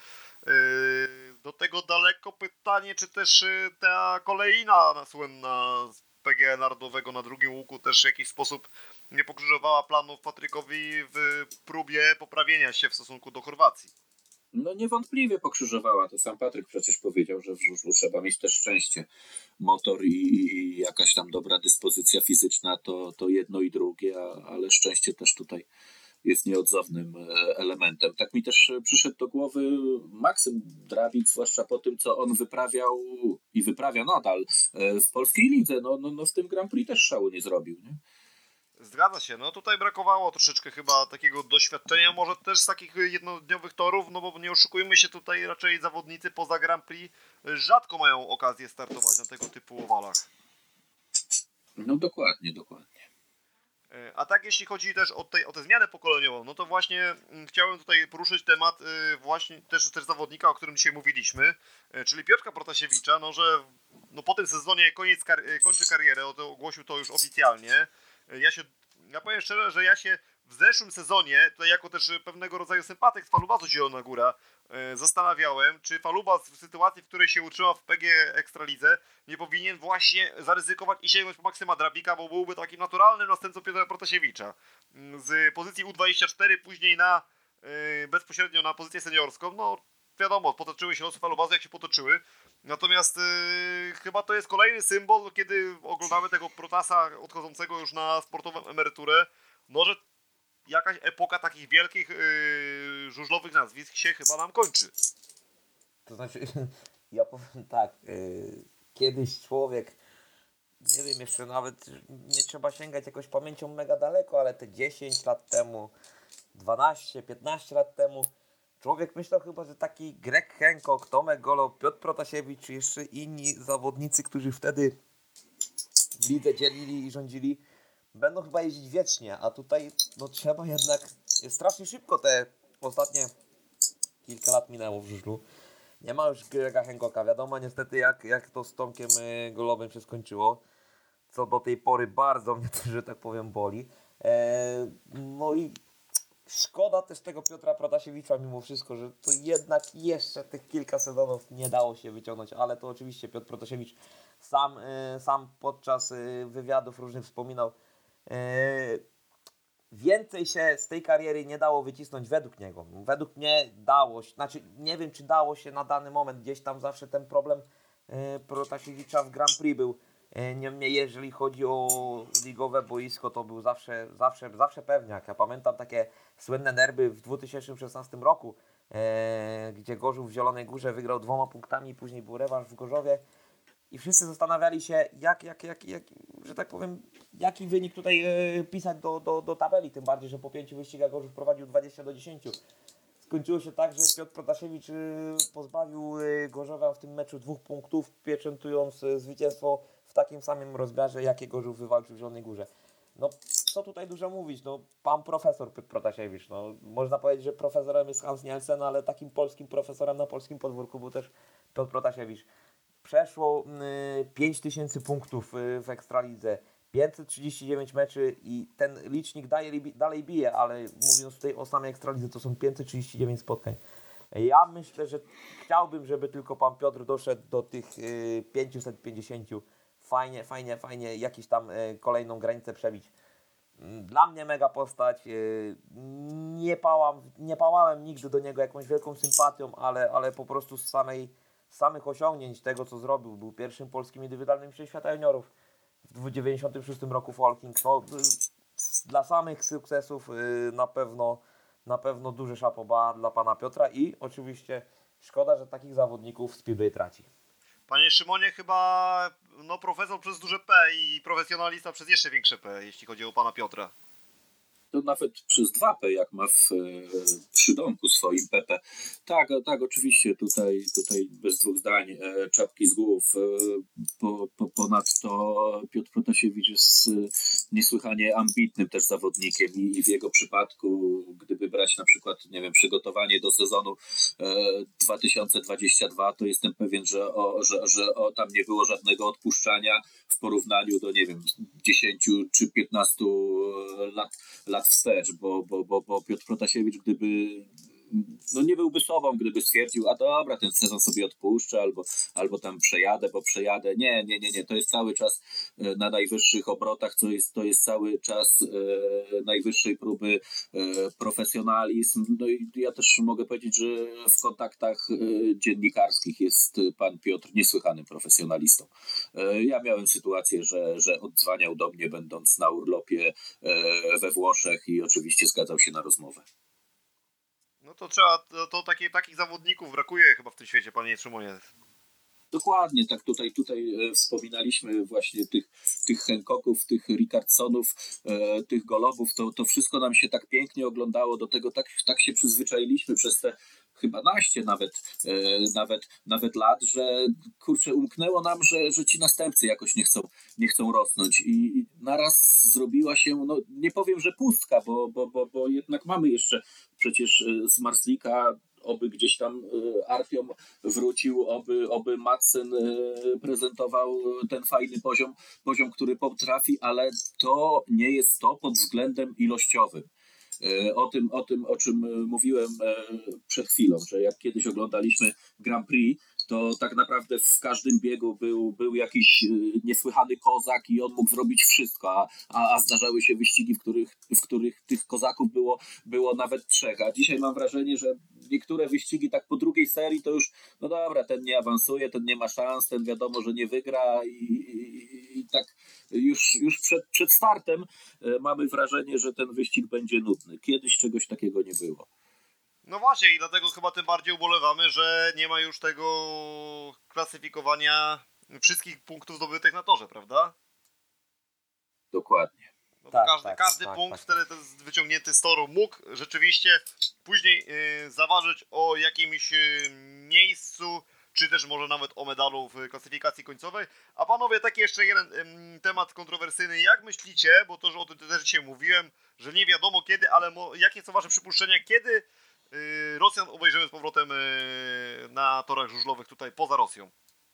Speaker 1: do tego daleko. Pytanie, czy też ta kolejna słynna z PGE Narodowego na drugim łuku też w jakiś sposób nie pokrzyżowała planów Patrykowi w próbie poprawienia się w stosunku do Chorwacji.
Speaker 3: No niewątpliwie pokrzyżowała, to sam Patryk przecież powiedział, że w żużlu trzeba mieć też szczęście. Motor i jakaś tam dobra dyspozycja fizyczna to jedno i drugie, ale szczęście też tutaj jest nieodzownym elementem. Tak mi też przyszedł do głowy Maksym Drabik, zwłaszcza po tym, co on wyprawiał i wyprawia nadal w polskiej lidze. No w tym Grand Prix też szału nie zrobił, nie?
Speaker 1: Zgadza się, no tutaj brakowało troszeczkę chyba takiego doświadczenia, może też z takich jednodniowych torów, no bo nie oszukujmy się, tutaj raczej zawodnicy poza Grand Prix rzadko mają okazję startować na tego typu owalach.
Speaker 3: No dokładnie.
Speaker 1: A tak jeśli chodzi też o tę zmianę pokoleniową, no to właśnie chciałem tutaj poruszyć temat właśnie też zawodnika, o którym dzisiaj mówiliśmy, czyli Piotrka Protasiewicza, no że po tym sezonie kończy karierę, ogłosił to już oficjalnie. Ja powiem szczerze, że ja się w zeszłym sezonie, tutaj jako też pewnego rodzaju sympatyk z Falubazu Zielona Góra, zastanawiałem, czy Falubaz w sytuacji, w której się utrzymał w PG Ekstralidze, nie powinien właśnie zaryzykować i sięgnąć po Maksyma Drabika, bo byłby takim naturalnym następcą Piotra Protasiewicza. Z pozycji U24 później bezpośrednio na pozycję seniorską, no wiadomo, potoczyły się losy Falubazu jak się potoczyły. Natomiast chyba to jest kolejny symbol, kiedy oglądamy tego Protasa odchodzącego już na sportową emeryturę. Może jakaś epoka takich wielkich żużlowych nazwisk się chyba nam kończy.
Speaker 2: To znaczy, ja powiem tak, kiedyś człowiek, nie wiem, jeszcze nawet nie trzeba sięgać jakoś pamięcią mega daleko, ale te 10 lat temu, 12, 15 lat temu, człowiek myślał chyba, że taki Greg Hancock, Tomek Golo, Piotr Protasiewicz czy jeszcze inni zawodnicy, którzy wtedy w lidze dzielili i rządzili, będą chyba jeździć wiecznie, a tutaj trzeba jednak, strasznie szybko te ostatnie kilka lat minęło w żużlu. Nie ma już Grega Hancocka, wiadomo niestety jak to z Tomkiem Golowym się skończyło, co do tej pory bardzo mnie to, że tak powiem, boli. No i szkoda też tego Piotra Protasiewicza mimo wszystko, że to jednak jeszcze tych kilka sezonów nie dało się wyciągnąć, ale to oczywiście Piotr Protasiewicz sam podczas wywiadów różnych wspominał, więcej się z tej kariery nie dało wycisnąć według niego. Według mnie dało się, znaczy nie wiem czy dało się na dany moment, gdzieś tam zawsze ten problem Protasiewicza w Grand Prix był. Niemniej jeżeli chodzi o ligowe boisko, to był zawsze pewniak. Ja pamiętam takie słynne derby w 2016 roku, gdzie Gorzów w Zielonej Górze wygrał 2 punktami, później był rewanż w Gorzowie i wszyscy zastanawiali się, że tak powiem, jaki wynik tutaj pisać do tabeli, tym bardziej, że po 5 wyścigach Gorzów prowadził 20-10. Skończyło się tak, że Piotr Protasiewicz pozbawił Gorzowia w tym meczu 2 punktów, pieczętując zwycięstwo w takim samym rozmiarze, jakie Gorzów wywalczył w Zielonej Górze. No, co tutaj dużo mówić, pan profesor Piotr Protasiewicz, można powiedzieć, że profesorem jest Hans Nielsen, ale takim polskim profesorem na polskim podwórku był też Piotr Protasiewicz. Przeszło 5000 punktów w Ekstralidze, 539 meczy i ten licznik dalej bije, ale mówiąc tutaj o samej Ekstralidze, to są 539 spotkań. Ja myślę, że chciałbym, żeby tylko pan Piotr doszedł do tych 550. Fajnie, jakieś tam kolejną granicę przebić. Dla mnie mega postać. Nie pałałem nigdy do niego jakąś wielką sympatią, ale po prostu z samych osiągnięć tego, co zrobił. Był pierwszym polskim indywidualnym mistrzem świata juniorów w 1996 roku w Walking. No, dla samych sukcesów na pewno duży chapeau bas dla pana Piotra i oczywiście szkoda, że takich zawodników Speedway traci.
Speaker 1: Panie Szymonie, chyba profesor przez duże P i profesjonalista przez jeszcze większe P, jeśli chodzi o pana Piotra.
Speaker 3: To nawet przez 2P, jak ma w przydomku swoim PP. Tak, oczywiście, tutaj bez dwóch zdań, czapki z głów. Ponadto Piotr Protasiewicz jest niesłychanie ambitnym też zawodnikiem i w jego przypadku, gdyby brać na przykład, nie wiem, przygotowanie do sezonu 2022, to jestem pewien, że tam nie było żadnego odpuszczania w porównaniu do, nie wiem, 10 czy 15 lat wstecz, bo Piotr Protasiewicz, gdyby nie byłby sobą, gdyby stwierdził, a dobra, ten sezon sobie odpuszczę, albo tam przejadę, bo przejadę. Nie. To jest cały czas na najwyższych obrotach, to jest cały czas najwyższej próby profesjonalizm. No i ja też mogę powiedzieć, że w kontaktach dziennikarskich jest pan Piotr niesłychanym profesjonalistą. Ja miałem sytuację, że oddzwaniał do mnie, będąc na urlopie we Włoszech i oczywiście zgadzał się na rozmowę.
Speaker 1: No to takich zawodników brakuje chyba w tym świecie, panie Szymonie.
Speaker 3: Dokładnie, tak tutaj wspominaliśmy właśnie tych Hancocków, tych Richardsonów, tych Golobów, to wszystko nam się tak pięknie oglądało, do tego tak się przyzwyczailiśmy przez te chyba nawet lat, że kurczę, umknęło nam, że ci następcy jakoś nie chcą rosnąć i naraz zrobiła się, nie powiem, że pustka, bo jednak mamy jeszcze przecież z Marslika, oby gdzieś tam Artiom wrócił, oby Madsen prezentował ten fajny poziom, który potrafi, ale to nie jest to pod względem ilościowym. O czym mówiłem przed chwilą, że jak kiedyś oglądaliśmy Grand Prix, to tak naprawdę w każdym biegu był jakiś niesłychany kozak i on mógł zrobić wszystko, a zdarzały się wyścigi, w których tych kozaków było nawet 3. A dzisiaj mam wrażenie, że niektóre wyścigi tak po drugiej serii to już, no dobra, ten nie awansuje, ten nie ma szans, ten wiadomo, że nie wygra i tak już przed startem mamy wrażenie, że ten wyścig będzie nudny. Kiedyś czegoś takiego nie było.
Speaker 1: No właśnie i dlatego chyba tym bardziej ubolewamy, że nie ma już tego klasyfikowania wszystkich punktów zdobytych na torze, prawda?
Speaker 3: Dokładnie.
Speaker 1: No każdy punkt, który jest wyciągnięty z toru, mógł rzeczywiście później zaważyć o jakimś miejscu, czy też może nawet o medalu w klasyfikacji końcowej. A panowie, taki jeszcze jeden temat kontrowersyjny. Jak myślicie, bo to, że o tym też dzisiaj mówiłem, że nie wiadomo kiedy, ale jakie są wasze przypuszczenia, kiedy Rosjan obejrzymy z powrotem na torach żużlowych tutaj poza Rosją?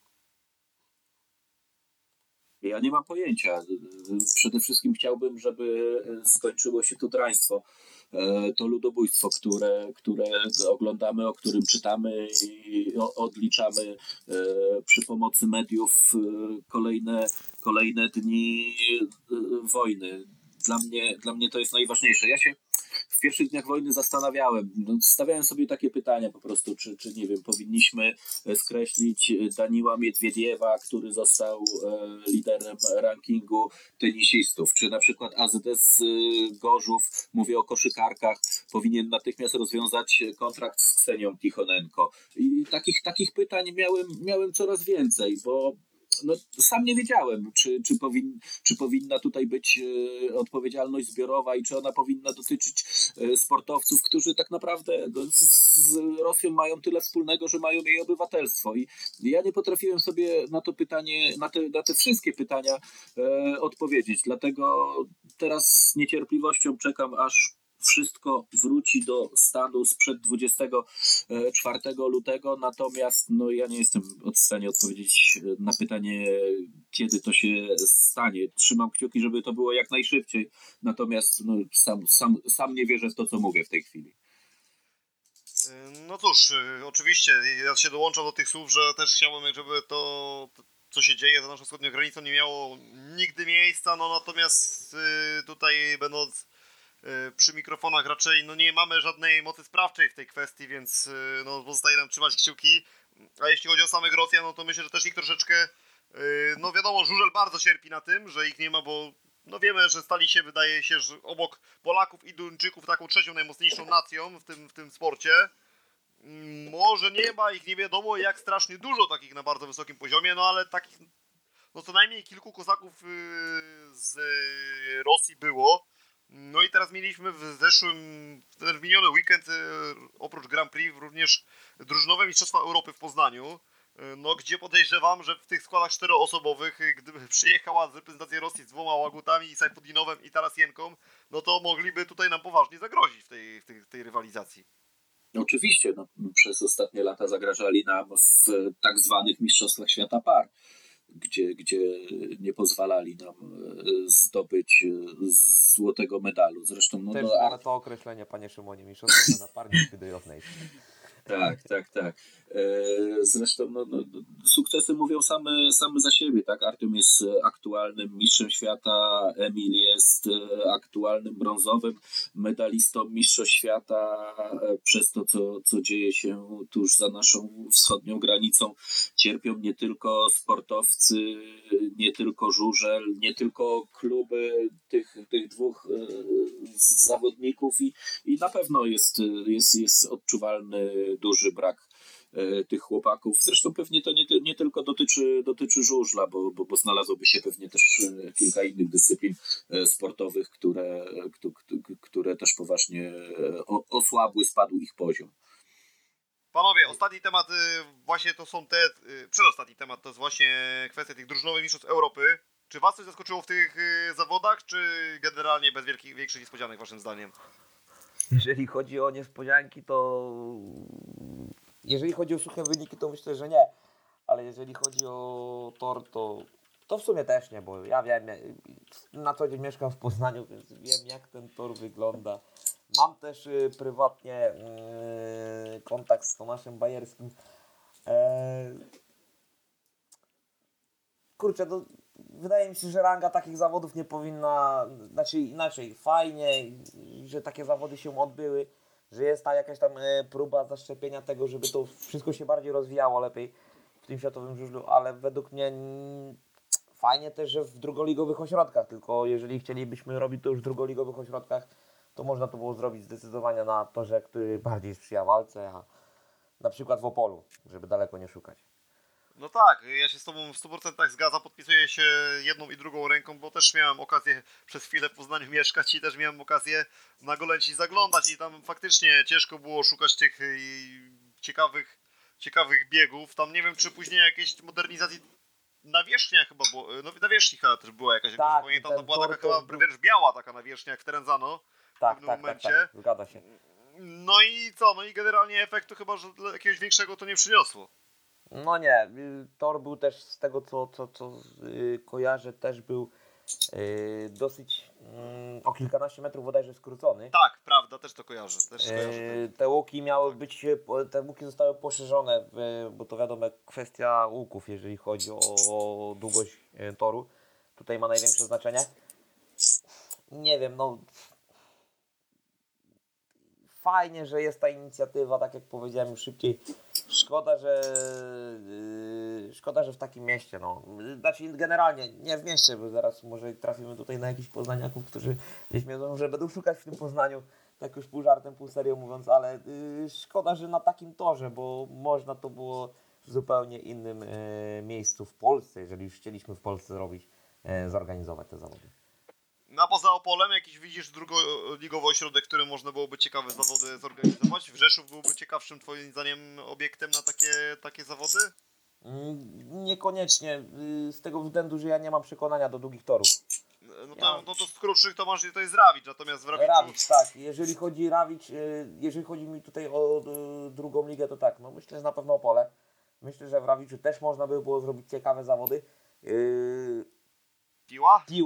Speaker 3: Ja nie mam pojęcia. Przede wszystkim chciałbym, żeby skończyło się to draństwo, to ludobójstwo, które oglądamy, o którym czytamy i odliczamy przy pomocy mediów kolejne dni wojny. Dla mnie to jest najważniejsze. Ja się w pierwszych dniach wojny zastanawiałem, stawiałem sobie takie pytania po prostu, czy nie wiem, powinniśmy skreślić Daniła Miedwiediewa, który został liderem rankingu tenisistów, czy na przykład AZS Gorzów, mówię o koszykarkach, powinien natychmiast rozwiązać kontrakt z Ksenią Tichonenko. I takich pytań miałem coraz więcej, bo sam nie wiedziałem, czy powinna tutaj być odpowiedzialność zbiorowa i czy ona powinna dotyczyć sportowców, którzy tak naprawdę z Rosją mają tyle wspólnego, że mają jej obywatelstwo. I ja nie potrafiłem sobie na to pytanie, na te wszystkie pytania odpowiedzieć. Dlatego teraz z niecierpliwością czekam, aż wszystko wróci do stanu sprzed 24 lutego, natomiast ja nie jestem w stanie odpowiedzieć na pytanie, kiedy to się stanie. Trzymam kciuki, żeby to było jak najszybciej, natomiast sam nie wierzę w to, co mówię w tej chwili.
Speaker 1: No cóż, oczywiście ja się dołączam do tych słów, że też chciałbym, żeby to, co się dzieje za naszą wschodnią granicą, nie miało nigdy miejsca, no natomiast tutaj będąc przy mikrofonach raczej no nie mamy żadnej mocy sprawczej w tej kwestii, więc no pozostaje nam trzymać kciuki. A jeśli chodzi o samych Rosjan, no to myślę, że też ich troszeczkę, no wiadomo, żużel bardzo cierpi na tym, że ich nie ma, bo no wiemy, że stali się, wydaje się, że obok Polaków i Duńczyków taką trzecią najmocniejszą nacją w tym sporcie. Może nie ma ich nie wiadomo jak strasznie dużo takich na bardzo wysokim poziomie, no ale takich no co najmniej kilku kozaków z Rosji było. No i teraz mieliśmy w ten miniony weekend oprócz Grand Prix również drużynowe Mistrzostwa Europy w Poznaniu. No gdzie podejrzewam, że w tych składach czteroosobowych, gdyby przyjechała reprezentacja Rosji z 2 Łagutami i Sajpudinowem i Tarasienką, no to mogliby tutaj nam poważnie zagrozić w tej rywalizacji.
Speaker 3: Oczywiście, no, przez ostatnie lata zagrażali nam w tak zwanych Mistrzostwach Świata Par, gdzie nie pozwalali nam zdobyć złotego medalu. Zresztą, no,
Speaker 2: Też ale to określenie, panie Szymonie, mistrzostwo na parnie zbyt.
Speaker 3: tak. Zresztą sukcesy mówią same za siebie, tak? Artem jest aktualnym mistrzem świata, Emil jest aktualnym brązowym medalistą mistrzostw świata. Przez to, co dzieje się tuż za naszą wschodnią granicą, cierpią nie tylko sportowcy, nie tylko żużel, nie tylko kluby tych dwóch zawodników i na pewno jest odczuwalny duży brak tych chłopaków. Zresztą pewnie to nie tylko dotyczy żużla, bo znalazłoby się pewnie też kilka innych dyscyplin sportowych, które też poważnie osłabły, spadł ich poziom.
Speaker 1: Panowie, ostatni temat właśnie to są przedostatni temat to jest właśnie kwestia tych drużynowych mistrzostw Europy. Czy was coś zaskoczyło w tych zawodach, czy generalnie bez większych niespodzianek waszym zdaniem?
Speaker 2: Jeżeli chodzi o niespodzianki, to... Jeżeli chodzi o suche wyniki, to myślę, że nie. Ale jeżeli chodzi o tor, to w sumie też nie, bo ja wiem, na co dzień mieszkam w Poznaniu, więc wiem jak ten tor wygląda. Mam też prywatnie kontakt z Tomaszem Bajerskim. Kurczę, wydaje mi się, że ranga takich zawodów nie powinna, znaczy inaczej, fajnie, że takie zawody się odbyły, że jest ta jakaś tam próba zaszczepienia tego, żeby to wszystko się bardziej rozwijało lepiej w tym światowym żużlu, ale według mnie fajnie też, że w drugoligowych ośrodkach, tylko jeżeli chcielibyśmy robić to już w drugoligowych ośrodkach, to można to było zrobić zdecydowanie na torze, który bardziej sprzyja walce, a na przykład w Opolu, żeby daleko nie szukać.
Speaker 1: No tak, ja się z tobą w 100% zgadzam, podpisuję się jedną i drugą ręką, bo też miałem okazję przez chwilę w Poznaniu mieszkać i też miałem okazję na Golęci zaglądać i tam faktycznie ciężko było szukać tych ciekawych biegów. Tam nie wiem, czy później jakieś modernizacji nawierzchnia chyba było, no nawierzchni chyba też była jakaś,
Speaker 2: tak,
Speaker 1: pamiętam, to była taka
Speaker 2: tor
Speaker 1: chyba wręcz biała taka nawierzchnia jak w Terenzano w pewnym momencie.
Speaker 2: Tak, zgadza się.
Speaker 1: No i co, no i generalnie efektu chyba, że jakiegoś większego to nie przyniosło.
Speaker 2: No nie, tor był też z tego co kojarzę, też był dosyć o kilkanaście metrów bodajże skrócony.
Speaker 1: Tak, prawda, też to kojarzę.
Speaker 2: Te łuki miały być, te łuki zostały poszerzone, bo to wiadomo kwestia łuków, jeżeli chodzi o długość toru. Tutaj ma największe znaczenie. Nie wiem, no fajnie, że jest ta inicjatywa, tak jak powiedziałem już szybciej. Szkoda, że w takim mieście, no. Znaczy generalnie, nie w mieście, bo zaraz może trafimy tutaj na jakichś poznaniaków, którzy gdzieś mnie że będą szukać w tym Poznaniu, tak już pół żartem, pół serio mówiąc, ale szkoda, że na takim torze, bo można to było w zupełnie innym miejscu w Polsce, jeżeli już chcieliśmy w Polsce zorganizować te zawody.
Speaker 1: No a poza Opolem jakiś widzisz drugoligowy ośrodek, który można byłoby ciekawe zawody zorganizować? Rzeszów byłby ciekawszym twoim zdaniem obiektem na takie zawody?
Speaker 2: Niekoniecznie, z tego względu, że ja nie mam przekonania do długich torów.
Speaker 1: No to z krótszych to to jest Rawicz, natomiast w Rawiczu...
Speaker 2: Rawicz, tak. Jeżeli chodzi Rawicz, jeżeli chodzi mi tutaj o drugą ligę, to tak, no myślę, że na pewno Opole. Myślę, że w Rawiczu też można by było zrobić ciekawe zawody.
Speaker 1: Piła?
Speaker 2: Piła,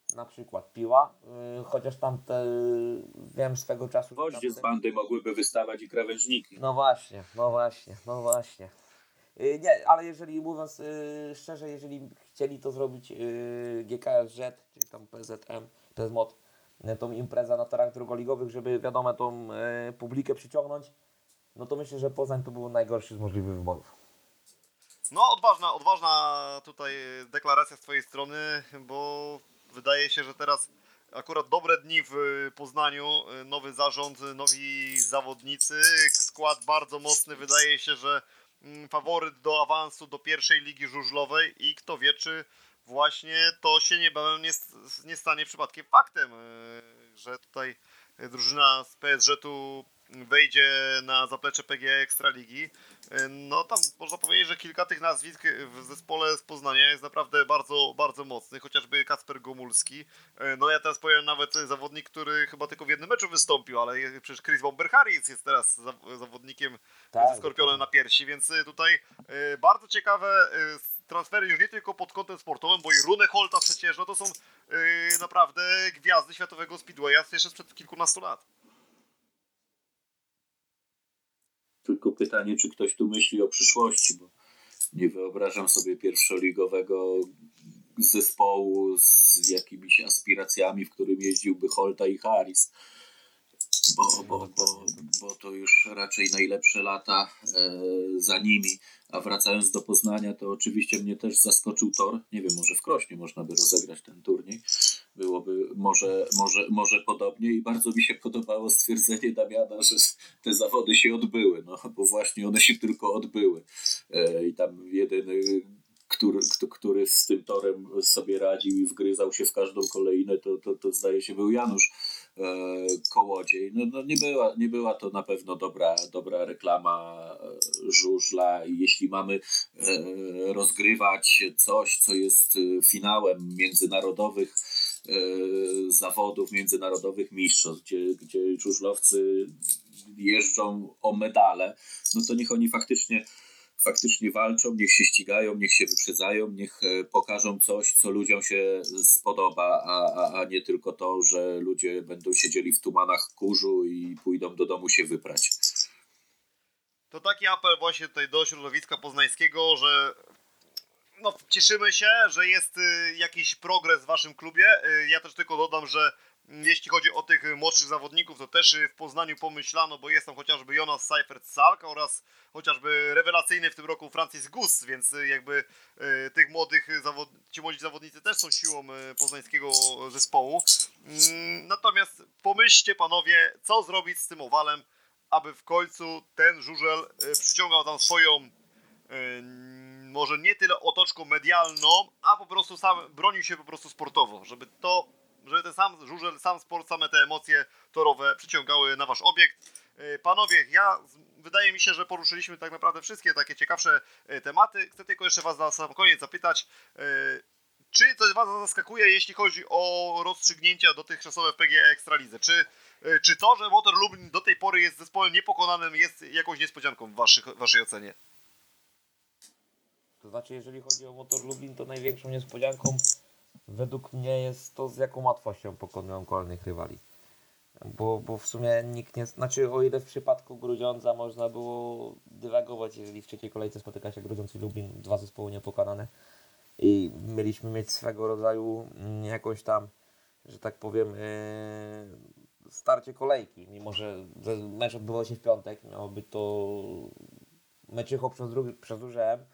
Speaker 2: na przykład Piła, chociaż tamte wiem swego czasu, że
Speaker 3: Gwoździe z
Speaker 2: tamte...
Speaker 3: bandy mogłyby wystawać i krawężniki.
Speaker 2: No właśnie, no właśnie, no właśnie. Nie, ale jeżeli mówiąc szczerze, jeżeli chcieli to zrobić GKSZ, czyli tam PZM, PZMOD, tą imprezę na torach drugoligowych, żeby wiadomo tą publikę przyciągnąć, no to myślę, że Poznań to był najgorszy z możliwych wyborów.
Speaker 1: No, odważna tutaj deklaracja z twojej strony, bo wydaje się, że teraz akurat dobre dni w Poznaniu, nowy zarząd, nowi zawodnicy, skład bardzo mocny, wydaje się, że faworyt do awansu do pierwszej ligi żużlowej i kto wie, czy właśnie to się niebawem nie stanie przypadkiem faktem, że tutaj drużyna z PSG-u wejdzie na zaplecze PGE Ekstraligi. No tam można powiedzieć, że kilka tych nazwisk w zespole z Poznania jest naprawdę bardzo, bardzo mocnych, chociażby Kacper Gomulski. No ja teraz powiem nawet zawodnik, który chyba tylko w jednym meczu wystąpił, ale przecież Chris Bomber-Harris jest teraz zawodnikiem ze Skorpionem na piersi, więc tutaj bardzo ciekawe transfery już nie tylko pod kątem sportowym, bo i Rune Holta przecież, no to są naprawdę gwiazdy światowego speedwaya jeszcze sprzed kilkunastu lat.
Speaker 3: Tylko pytanie, czy ktoś tu myśli o przyszłości, bo nie wyobrażam sobie pierwszoligowego zespołu z jakimiś aspiracjami, w którym jeździłby Holta i Harris. Bo to już raczej najlepsze lata za nimi. A wracając do Poznania, to oczywiście mnie też zaskoczył tor. Nie wiem, może w Krośnie można by rozegrać ten turniej. Byłoby może podobnie i bardzo mi się podobało stwierdzenie Damiana, że te zawody się odbyły, no bo właśnie one się tylko odbyły. I tam jedyny, który z tym torem sobie radził i wgryzał się w każdą kolejnę, to zdaje się był Janusz Kołodziej. No nie była to na pewno dobra reklama żużla i jeśli mamy rozgrywać coś, co jest finałem międzynarodowych zawodów, międzynarodowych mistrzostw, gdzie żużlowcy jeżdżą o medale, no to niech oni faktycznie walczą, niech się ścigają, niech się wyprzedzają, niech pokażą coś, co ludziom się spodoba, a nie tylko to, że ludzie będą siedzieli w tumanach kurzu i pójdą do domu się wyprać.
Speaker 1: To taki apel właśnie tutaj do środowiska poznańskiego, że no, cieszymy się, że jest jakiś progres w waszym klubie. Ja też tylko dodam, że jeśli chodzi o tych młodszych zawodników, to też w Poznaniu pomyślano, bo jest tam chociażby Jonas Seifert-Salk oraz chociażby rewelacyjny w tym roku Francis Gus, więc jakby tych ci młodzi zawodnicy też są siłą poznańskiego zespołu. Natomiast pomyślcie panowie, co zrobić z tym owalem, aby w końcu ten żużel przyciągał tam swoją może nie tyle otoczką medialną, a po prostu sam bronił się po prostu sportowo, żeby ten sam żużel, sam sport, same te emocje torowe przyciągały na wasz obiekt. Panowie, wydaje mi się, że poruszyliśmy tak naprawdę wszystkie takie ciekawsze tematy. Chcę tylko jeszcze was na sam koniec zapytać, czy coś was zaskakuje, jeśli chodzi o rozstrzygnięcia dotychczasowe w PGE Ekstralidze? Czy to, że Motor Lublin do tej pory jest zespołem niepokonanym, jest jakąś niespodzianką w waszej ocenie?
Speaker 2: To znaczy, jeżeli chodzi o Motor Lublin, to największą niespodzianką według mnie jest to, z jaką łatwością pokonują kolejnych rywali. Bo w sumie nikt nie... Znaczy, o ile w przypadku Grudziądza można było dywagować, jeżeli w trzeciej kolejce spotyka się Grudziądz i Lublin, dwa zespoły niepokonane i mieliśmy mieć swego rodzaju jakąś tam, że tak powiem, starcie kolejki, mimo że mecz odbywał się w piątek, miało być to meczycho przez duże M,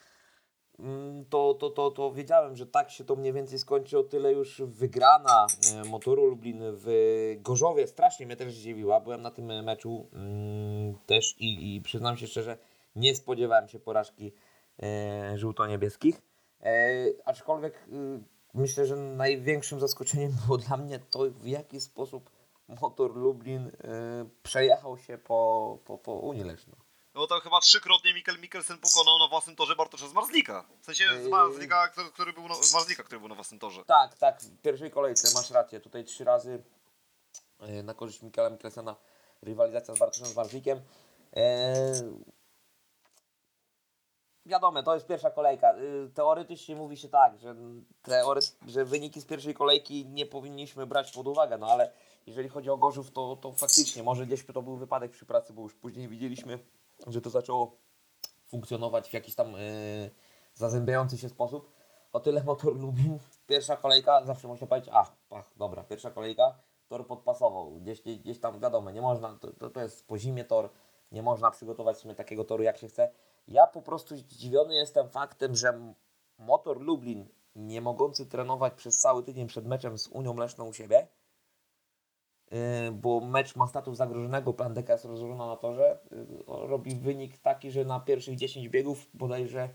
Speaker 2: to wiedziałem, że tak się to mniej więcej skończy. O tyle już wygrana Motoru Lublin w Gorzowie strasznie mnie też zdziwiła. Byłem na tym meczu też i przyznam się szczerze, nie spodziewałem się porażki żółto-niebieskich. Aczkolwiek myślę, że największym zaskoczeniem było dla mnie to, w jaki sposób Motor Lublin przejechał się po Unii Leszno.
Speaker 1: No bo tam chyba 3-krotnie Mikkel Mikkelsen pokonał na własnym torze Bartosza Zmarzlika. W sensie Zmarzlika, który był na własnym torze.
Speaker 2: Tak, w pierwszej kolejce masz rację. Tutaj 3 razy na korzyść Mikkela Mikkelsena rywalizacja z Bartoszem Zmarzlikiem. wiadomo, to jest pierwsza kolejka. Teoretycznie mówi się tak, że wyniki z pierwszej kolejki nie powinniśmy brać pod uwagę, no ale jeżeli chodzi o Gorzów, to faktycznie może gdzieś to był wypadek przy pracy, bo już później widzieliśmy, że to zaczęło funkcjonować w jakiś tam zazębiający się sposób. O tyle Motor Lublin, pierwsza kolejka, zawsze można powiedzieć, dobra, pierwsza kolejka, tor podpasował, gdzieś tam wiadomo, nie można, to jest po zimie tor, nie można przygotować sobie takiego toru jak się chce. Ja po prostu zdziwiony jestem faktem, że Motor Lublin, nie mogący trenować przez cały tydzień przed meczem z Unią Leszną u siebie, bo mecz ma status zagrożonego, plan DK jest rozłożona na torze, robi wynik taki, że na pierwszych 10 biegów bodajże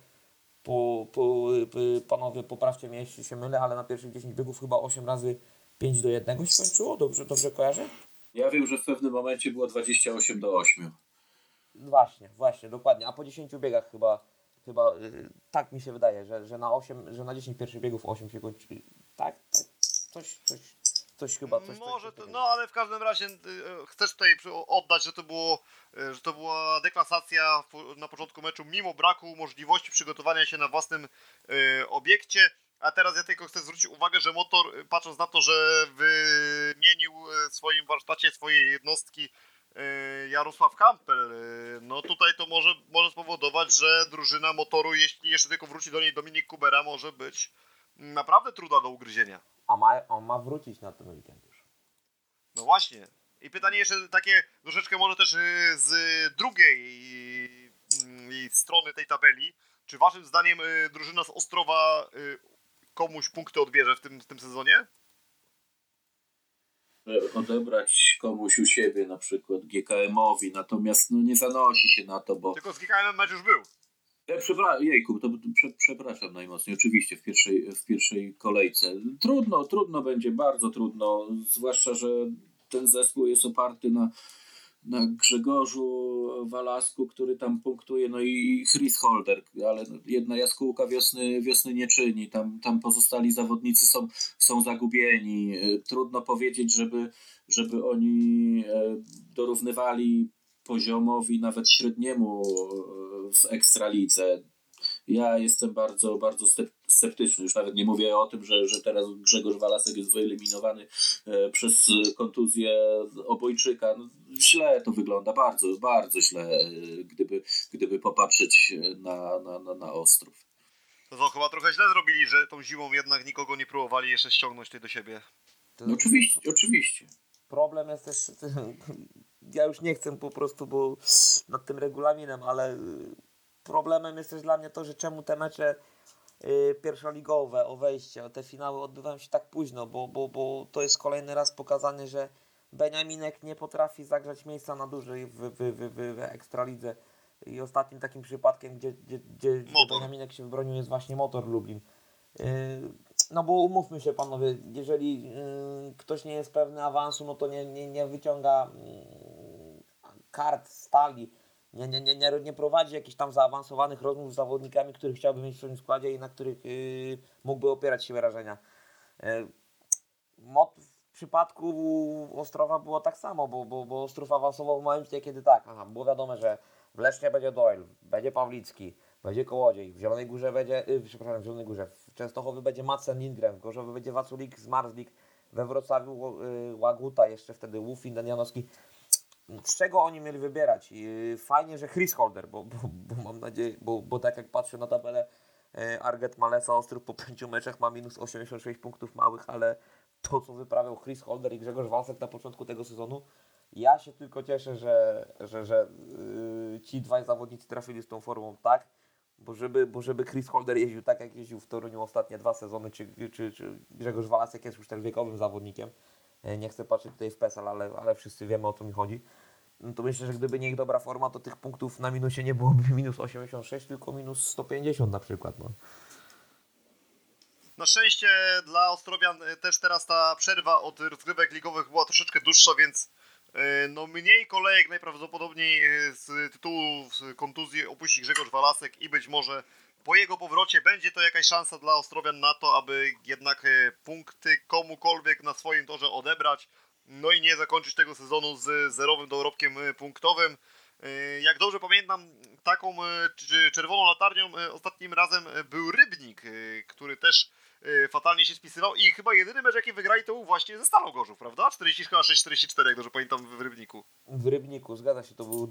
Speaker 2: panowie poprawcie mnie, jeśli się mylę, ale na pierwszych 10 biegów chyba 8 razy 5-1 się skończyło, dobrze kojarzę?
Speaker 3: Ja wiem, że w pewnym momencie było 28-8.
Speaker 2: Właśnie, dokładnie, a po 10 biegach chyba tak mi się wydaje, że na 10 pierwszych biegów 8 się kończy, tak, coś chyba.
Speaker 1: Może, no ale w każdym razie chcesz tutaj oddać, że to była deklasacja na początku meczu mimo braku możliwości przygotowania się na własnym obiekcie. A teraz ja tylko chcę zwrócić uwagę, że Motor, patrząc na to, że wymienił w swoim warsztacie swojej jednostki Jarosław Kampel, no tutaj to może spowodować, że drużyna Motoru, jeśli jeszcze tylko wróci do niej Dominik Kubera, może być naprawdę trudna do ugryzienia.
Speaker 2: A on ma wrócić na ten weekend już.
Speaker 1: No właśnie. I pytanie jeszcze takie troszeczkę może też z drugiej strony tej tabeli. Czy waszym zdaniem drużyna z Ostrowa komuś punkty odbierze w tym sezonie?
Speaker 3: Odebrać komuś u siebie, na przykład GKM-owi, natomiast nie zanosi się na to, bo...
Speaker 1: Tylko z GKM mecz już był.
Speaker 3: Przepraszam najmocniej, oczywiście w pierwszej kolejce. Trudno będzie, bardzo trudno, zwłaszcza, że ten zespół jest oparty na Grzegorzu Walasku, który tam punktuje, no i Chris Holder, ale jedna jaskółka wiosny nie czyni, tam pozostali zawodnicy są zagubieni. Trudno powiedzieć, żeby oni dorównywali poziomowi nawet średniemu w Ekstralidze. Ja jestem bardzo, bardzo sceptyczny. Już nawet nie mówię o tym, że teraz Grzegorz Walasek jest wyeliminowany przez kontuzję obojczyka. No, źle to wygląda, bardzo, bardzo źle, gdyby popatrzeć na Ostrów.
Speaker 1: To chyba trochę źle zrobili, że tą zimą jednak nikogo nie próbowali jeszcze ściągnąć tutaj do siebie.
Speaker 3: No, oczywiście.
Speaker 2: Problem jest też, ja już nie chcę po prostu, bo nad tym regulaminem, ale problemem jest też dla mnie to, że czemu te mecze pierwszoligowe o wejście, o te finały odbywają się tak późno, bo to jest kolejny raz pokazane, że Beniaminek nie potrafi zagrzać miejsca na dłużej w Ekstralidze. I ostatnim takim przypadkiem, gdzie Beniaminek się wybronił, jest właśnie Motor Lublin. No bo umówmy się panowie, jeżeli ktoś nie jest pewny awansu, no to nie wyciąga kart stali, nie prowadzi jakichś tam zaawansowanych rozmów z zawodnikami, których chciałby mieć w swoim składzie i na których mógłby opierać się wrażenia. W przypadku Ostrowa było tak samo, bo Ostrów awansował w momencie, kiedy było wiadomo, że w Lesznie będzie Doyle, będzie Pawlicki, będzie Kołodziej, w Zielonej Górze będzie, w Częstochowie będzie Madsen Lindgren, w Gorzowie będzie Waculik, Zmarzlik, we Wrocławiu Łaguta, jeszcze wtedy Łufin, Danianowski. Z czego oni mieli wybierać? Fajnie, że Chris Holder, bo mam nadzieję, bo tak jak patrzę na tabelę Arget Malesa, Ostrów po 5 meczach ma minus 86 punktów małych, ale to, co wyprawiał Chris Holder i Grzegorz Walsek na początku tego sezonu, ja się tylko cieszę, że ci dwaj zawodnicy trafili z tą formą tak, bo żeby Chris Holder jeździł tak, jak jeździł w Toruniu ostatnie 2 sezony, czy Grzegorz Walasek jest już też wiekowym zawodnikiem. Nie chcę patrzeć tutaj w PESEL, ale wszyscy wiemy, o co mi chodzi. No to myślę, że gdyby nie ich dobra forma, to tych punktów na minusie nie byłoby minus 86, tylko minus 150 na przykład. No.
Speaker 1: Na szczęście dla Ostrowian też teraz ta przerwa od rozgrywek ligowych była troszeczkę dłuższa, więc no mniej kolejek najprawdopodobniej z tytułu kontuzji opuści Grzegorz Walasek i być może po jego powrocie będzie to jakaś szansa dla Ostrowian na to, aby jednak punkty komukolwiek na swoim torze odebrać, no i nie zakończyć tego sezonu z zerowym dorobkiem punktowym. Jak dobrze pamiętam, taką czerwoną latarnią ostatnim razem był Rybnik, który też fatalnie się spisywał i chyba jedyny mecz jaki wygrali to był właśnie ze Stalą Gorzów, prawda? 46-44, jak dobrze pamiętam, w Rybniku.
Speaker 2: W Rybniku, zgadza się, to był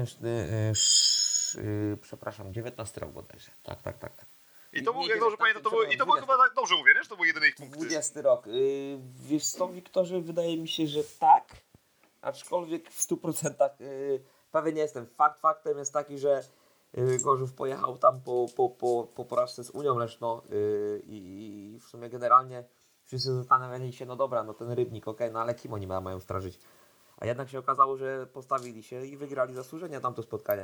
Speaker 2: 19 rok bodajże. Tak.
Speaker 1: I to był,
Speaker 2: Nie,
Speaker 1: jak dobrze pamiętam, to był chyba, tak dobrze mówię, nie? Że to był jedyny ich punkt.
Speaker 2: 20 rok. Wiesz co, Wiktorze, wydaje mi się, że tak, aczkolwiek w 100% pewien nie jestem. Faktem jest taki, że Gorzów pojechał tam po porażce z Unią Leszno i w sumie generalnie wszyscy zastanawiali się, no dobra, no ten Rybnik, okej, no ale kim oni mają strażyć? A jednak się okazało, że postawili się i wygrali zasłużenie tamto spotkanie.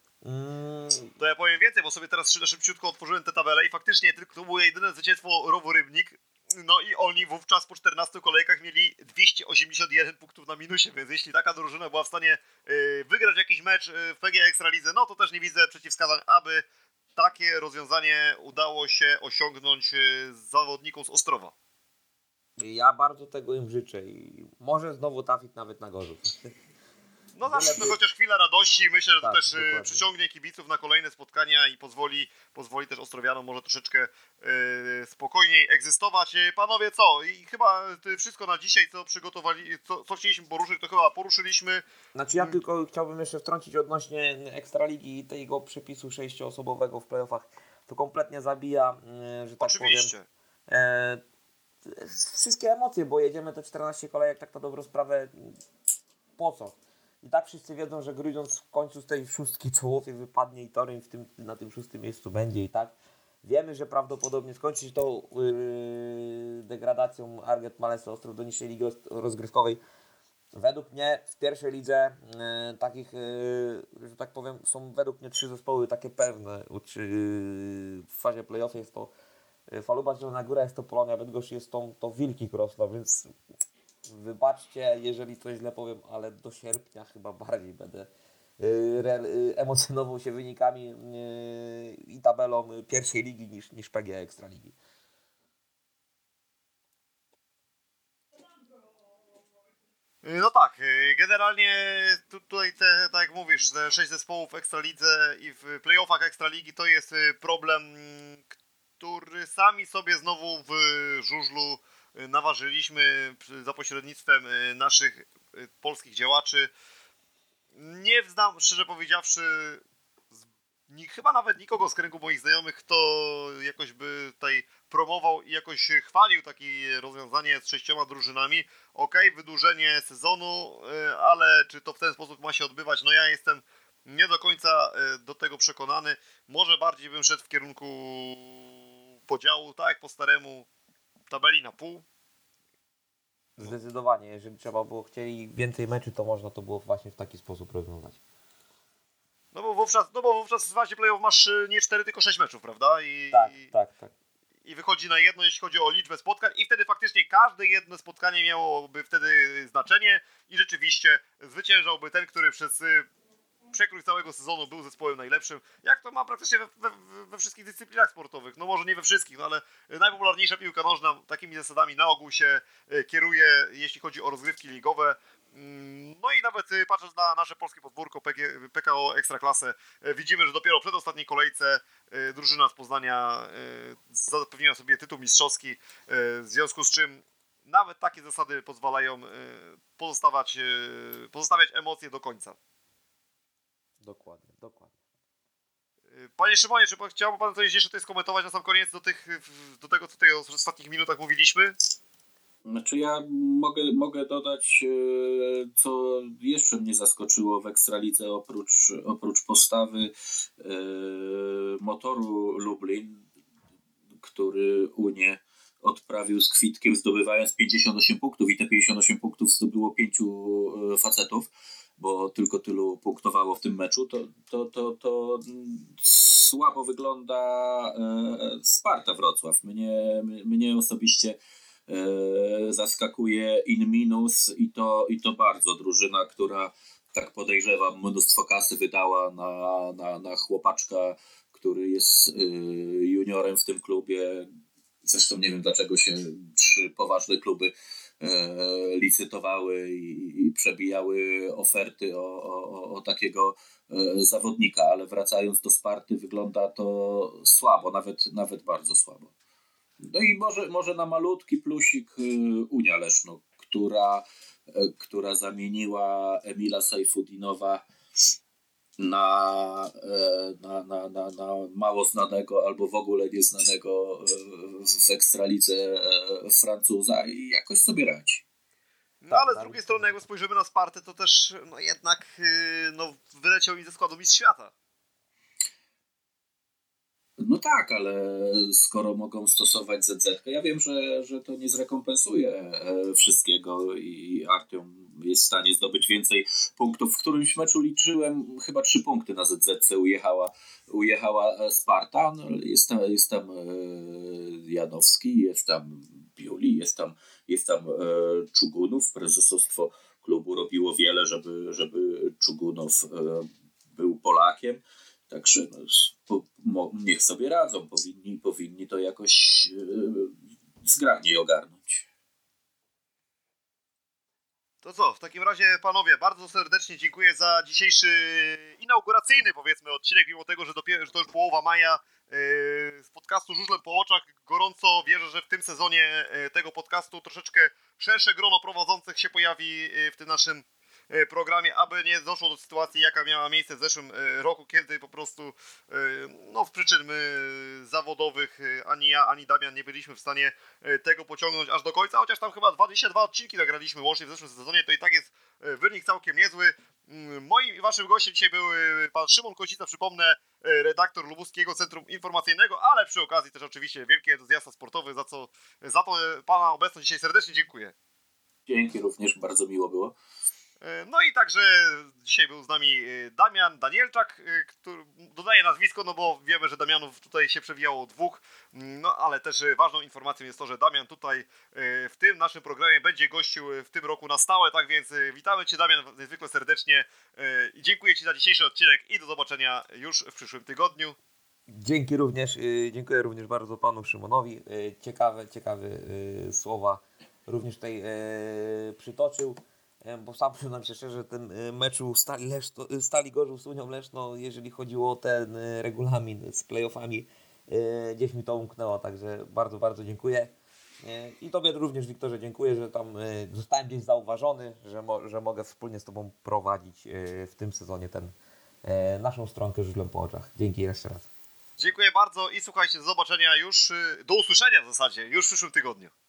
Speaker 1: To ja powiem więcej, bo sobie teraz szybciutko otworzyłem tę tabelę i faktycznie tylko to było jedyne zwycięstwo Rowu Rybnik. No i oni wówczas po 14 kolejkach mieli 281 punktów na minusie, więc jeśli taka drużyna była w stanie wygrać jakiś mecz w PGA Ekstralidze, no to też nie widzę przeciwwskazań, aby takie rozwiązanie udało się osiągnąć zawodnikom z Ostrowa.
Speaker 2: Ja bardzo tego im życzę i może znowu trafić nawet na Gorzów.
Speaker 1: No zawsze to chociaż chwila radości, myślę, że to
Speaker 2: Tak,
Speaker 1: też
Speaker 2: dokładnie.
Speaker 1: przyciągnie kibiców na kolejne spotkania i pozwoli też Ostrowianom może troszeczkę spokojniej egzystować. Panowie, co? I chyba wszystko na dzisiaj, co przygotowali, co chcieliśmy poruszyć, to chyba poruszyliśmy.
Speaker 2: Znaczy ja tylko chciałbym jeszcze wtrącić odnośnie Ekstraligi i tego przepisu 6-osobowego w playoffach. To kompletnie zabija, że tak
Speaker 1: Oczywiście.
Speaker 2: powiem, wszystkie emocje, bo jedziemy te 14 kolejek tak na dobrą sprawę po co? I tak wszyscy wiedzą, że Grudziądz w końcu z tej szóstki czołowej wypadnie i Toruń na tym 6. miejscu będzie i tak. Wiemy, że prawdopodobnie skończy się to degradacją Arget Malesa Ostrów do niższej ligi rozgrywkowej. Według mnie w pierwszej lidze takich, że tak powiem, są według mnie 3 zespoły takie pewne. W fazie play-off jest to Faluba Zielona Góra, jest to Polonia Bydgoszcz, jest to Wilki Krosno, więc wybaczcie, jeżeli coś źle powiem, ale do sierpnia chyba bardziej będę emocjonował się wynikami i tabelą pierwszej ligi niż PGA Ekstraligi.
Speaker 1: No tak, generalnie tutaj tak jak mówisz, te 6 zespołów w Ekstralidze i w playoffach Ekstraligi to jest problem, który sami sobie znowu w żużlu naważyliśmy za pośrednictwem naszych polskich działaczy. Nie znam, szczerze powiedziawszy, chyba nawet nikogo z kręgu moich znajomych, kto jakoś by tutaj promował i jakoś chwalił takie rozwiązanie z 6 drużynami. Okej, wydłużenie sezonu, ale czy to w ten sposób ma się odbywać? No ja jestem nie do końca do tego przekonany. Może bardziej bym szedł w kierunku podziału, tak jak po staremu, tabeli na pół.
Speaker 2: Zdecydowanie, jeżeli trzeba było chcieli więcej meczy, to można to było właśnie w taki sposób rozwiązać.
Speaker 1: No bo wówczas w fazie play-off masz nie 4, tylko 6 meczów, prawda?
Speaker 2: Tak.
Speaker 1: I wychodzi na jedno, jeśli chodzi o liczbę spotkań i wtedy faktycznie każde jedno spotkanie miałoby wtedy znaczenie i rzeczywiście zwyciężałby ten, który przez przekrój całego sezonu był zespołem najlepszym, jak to ma praktycznie we wszystkich dyscyplinach sportowych. No może nie we wszystkich, no ale najpopularniejsza piłka nożna takimi zasadami na ogół się kieruje, jeśli chodzi o rozgrywki ligowe. No i nawet patrząc na nasze polskie podwórko PKO Ekstraklasę, widzimy, że dopiero przed ostatniej kolejce drużyna z Poznania zapewniła sobie tytuł mistrzowski, w związku z czym nawet takie zasady pozwalają pozostawiać emocje do końca.
Speaker 2: Dokładnie.
Speaker 1: Panie Szymonie, czy chciałby Pan coś jeszcze tutaj skomentować na sam koniec do tego, co tutaj w ostatnich minutach mówiliśmy?
Speaker 3: Znaczy ja mogę dodać, co jeszcze mnie zaskoczyło w Ekstralidze oprócz postawy Motoru Lublin, który Unię odprawił z kwitkiem, zdobywając 58 punktów i te 58 punktów zdobyło 5 facetów, bo tylko tylu punktowało w tym meczu, to słabo wygląda Sparta Wrocław. Mnie osobiście zaskakuje in minus i to bardzo. Drużyna, która, tak podejrzewam, mnóstwo kasy wydała na chłopaczka, który jest juniorem w tym klubie. Zresztą nie wiem, dlaczego się 3 poważne kluby licytowały i przebijały oferty o takiego zawodnika, ale wracając do Sparty, wygląda to słabo, nawet bardzo słabo. No i może na malutki plusik Unia Leszno, która zamieniła Emila Sajfudinowa na mało znanego albo w ogóle nieznanego w Ekstralidze Francuza i jakoś sobie radzi.
Speaker 1: No ale z drugiej strony, jak spojrzymy na Spartę, to też no jednak wyleciał mi ze składu mistrz świata.
Speaker 3: No tak, ale skoro mogą stosować ZZ, ja wiem, że to nie zrekompensuje wszystkiego i Artiom jest w stanie zdobyć więcej punktów. W którymś meczu liczyłem chyba 3 punkty na ZZ ujechała Sparta. No, jest tam Janowski, jest tam Biuli, jest tam Czugunów. Prezesostwo klubu robiło wiele, żeby Czugunow był Polakiem. Także niech sobie radzą, powinni to jakoś zgrabniej ogarnąć.
Speaker 1: To co, w takim razie panowie, bardzo serdecznie dziękuję za dzisiejszy inauguracyjny, powiedzmy, odcinek, mimo tego, że to już połowa maja, z podcastu Żużlem po oczach. Gorąco wierzę, że w tym sezonie tego podcastu troszeczkę szersze grono prowadzących się pojawi w tym naszym programie, aby nie doszło do sytuacji, jaka miała miejsce w zeszłym roku, kiedy po prostu z przyczyn zawodowych ani ja, ani Damian nie byliśmy w stanie tego pociągnąć aż do końca, chociaż tam chyba 22 odcinki nagraliśmy łącznie w zeszłym sezonie, to i tak jest wynik całkiem niezły. Moim i waszym gościem dzisiaj był pan Szymon Kozica, przypomnę, redaktor Lubuskiego Centrum Informacyjnego, ale przy okazji też oczywiście wielki entuzjasta sportowy, za to pana obecność dzisiaj serdecznie dziękuję.
Speaker 3: Dzięki również, bardzo miło było.
Speaker 1: No i także dzisiaj był z nami Damian Danielczak, który dodaje nazwisko, no bo wiemy, że Damianów tutaj się przewijało 2, no ale też ważną informacją jest to, że Damian tutaj w tym naszym programie będzie gościł w tym roku na stałe, tak więc witamy Cię, Damian, niezwykle serdecznie i dziękuję Ci za dzisiejszy odcinek i do zobaczenia już w przyszłym tygodniu.
Speaker 2: Dziękuję również bardzo panu Szymonowi, ciekawe słowa również tutaj przytoczył. Bo sam przyznam się szczerze, ten meczu Stali Gorzów z Unią Leszno, jeżeli chodziło o ten regulamin z playoffami, gdzieś mi to umknęło, także bardzo, bardzo dziękuję. I Tobie również, Wiktorze, dziękuję, że tam zostałem gdzieś zauważony, że mogę wspólnie z Tobą prowadzić w tym sezonie naszą stronkę Żużlem po oczach. Dzięki jeszcze raz.
Speaker 1: Dziękuję bardzo i słuchajcie, do zobaczenia już, do usłyszenia w zasadzie, już w przyszłym tygodniu.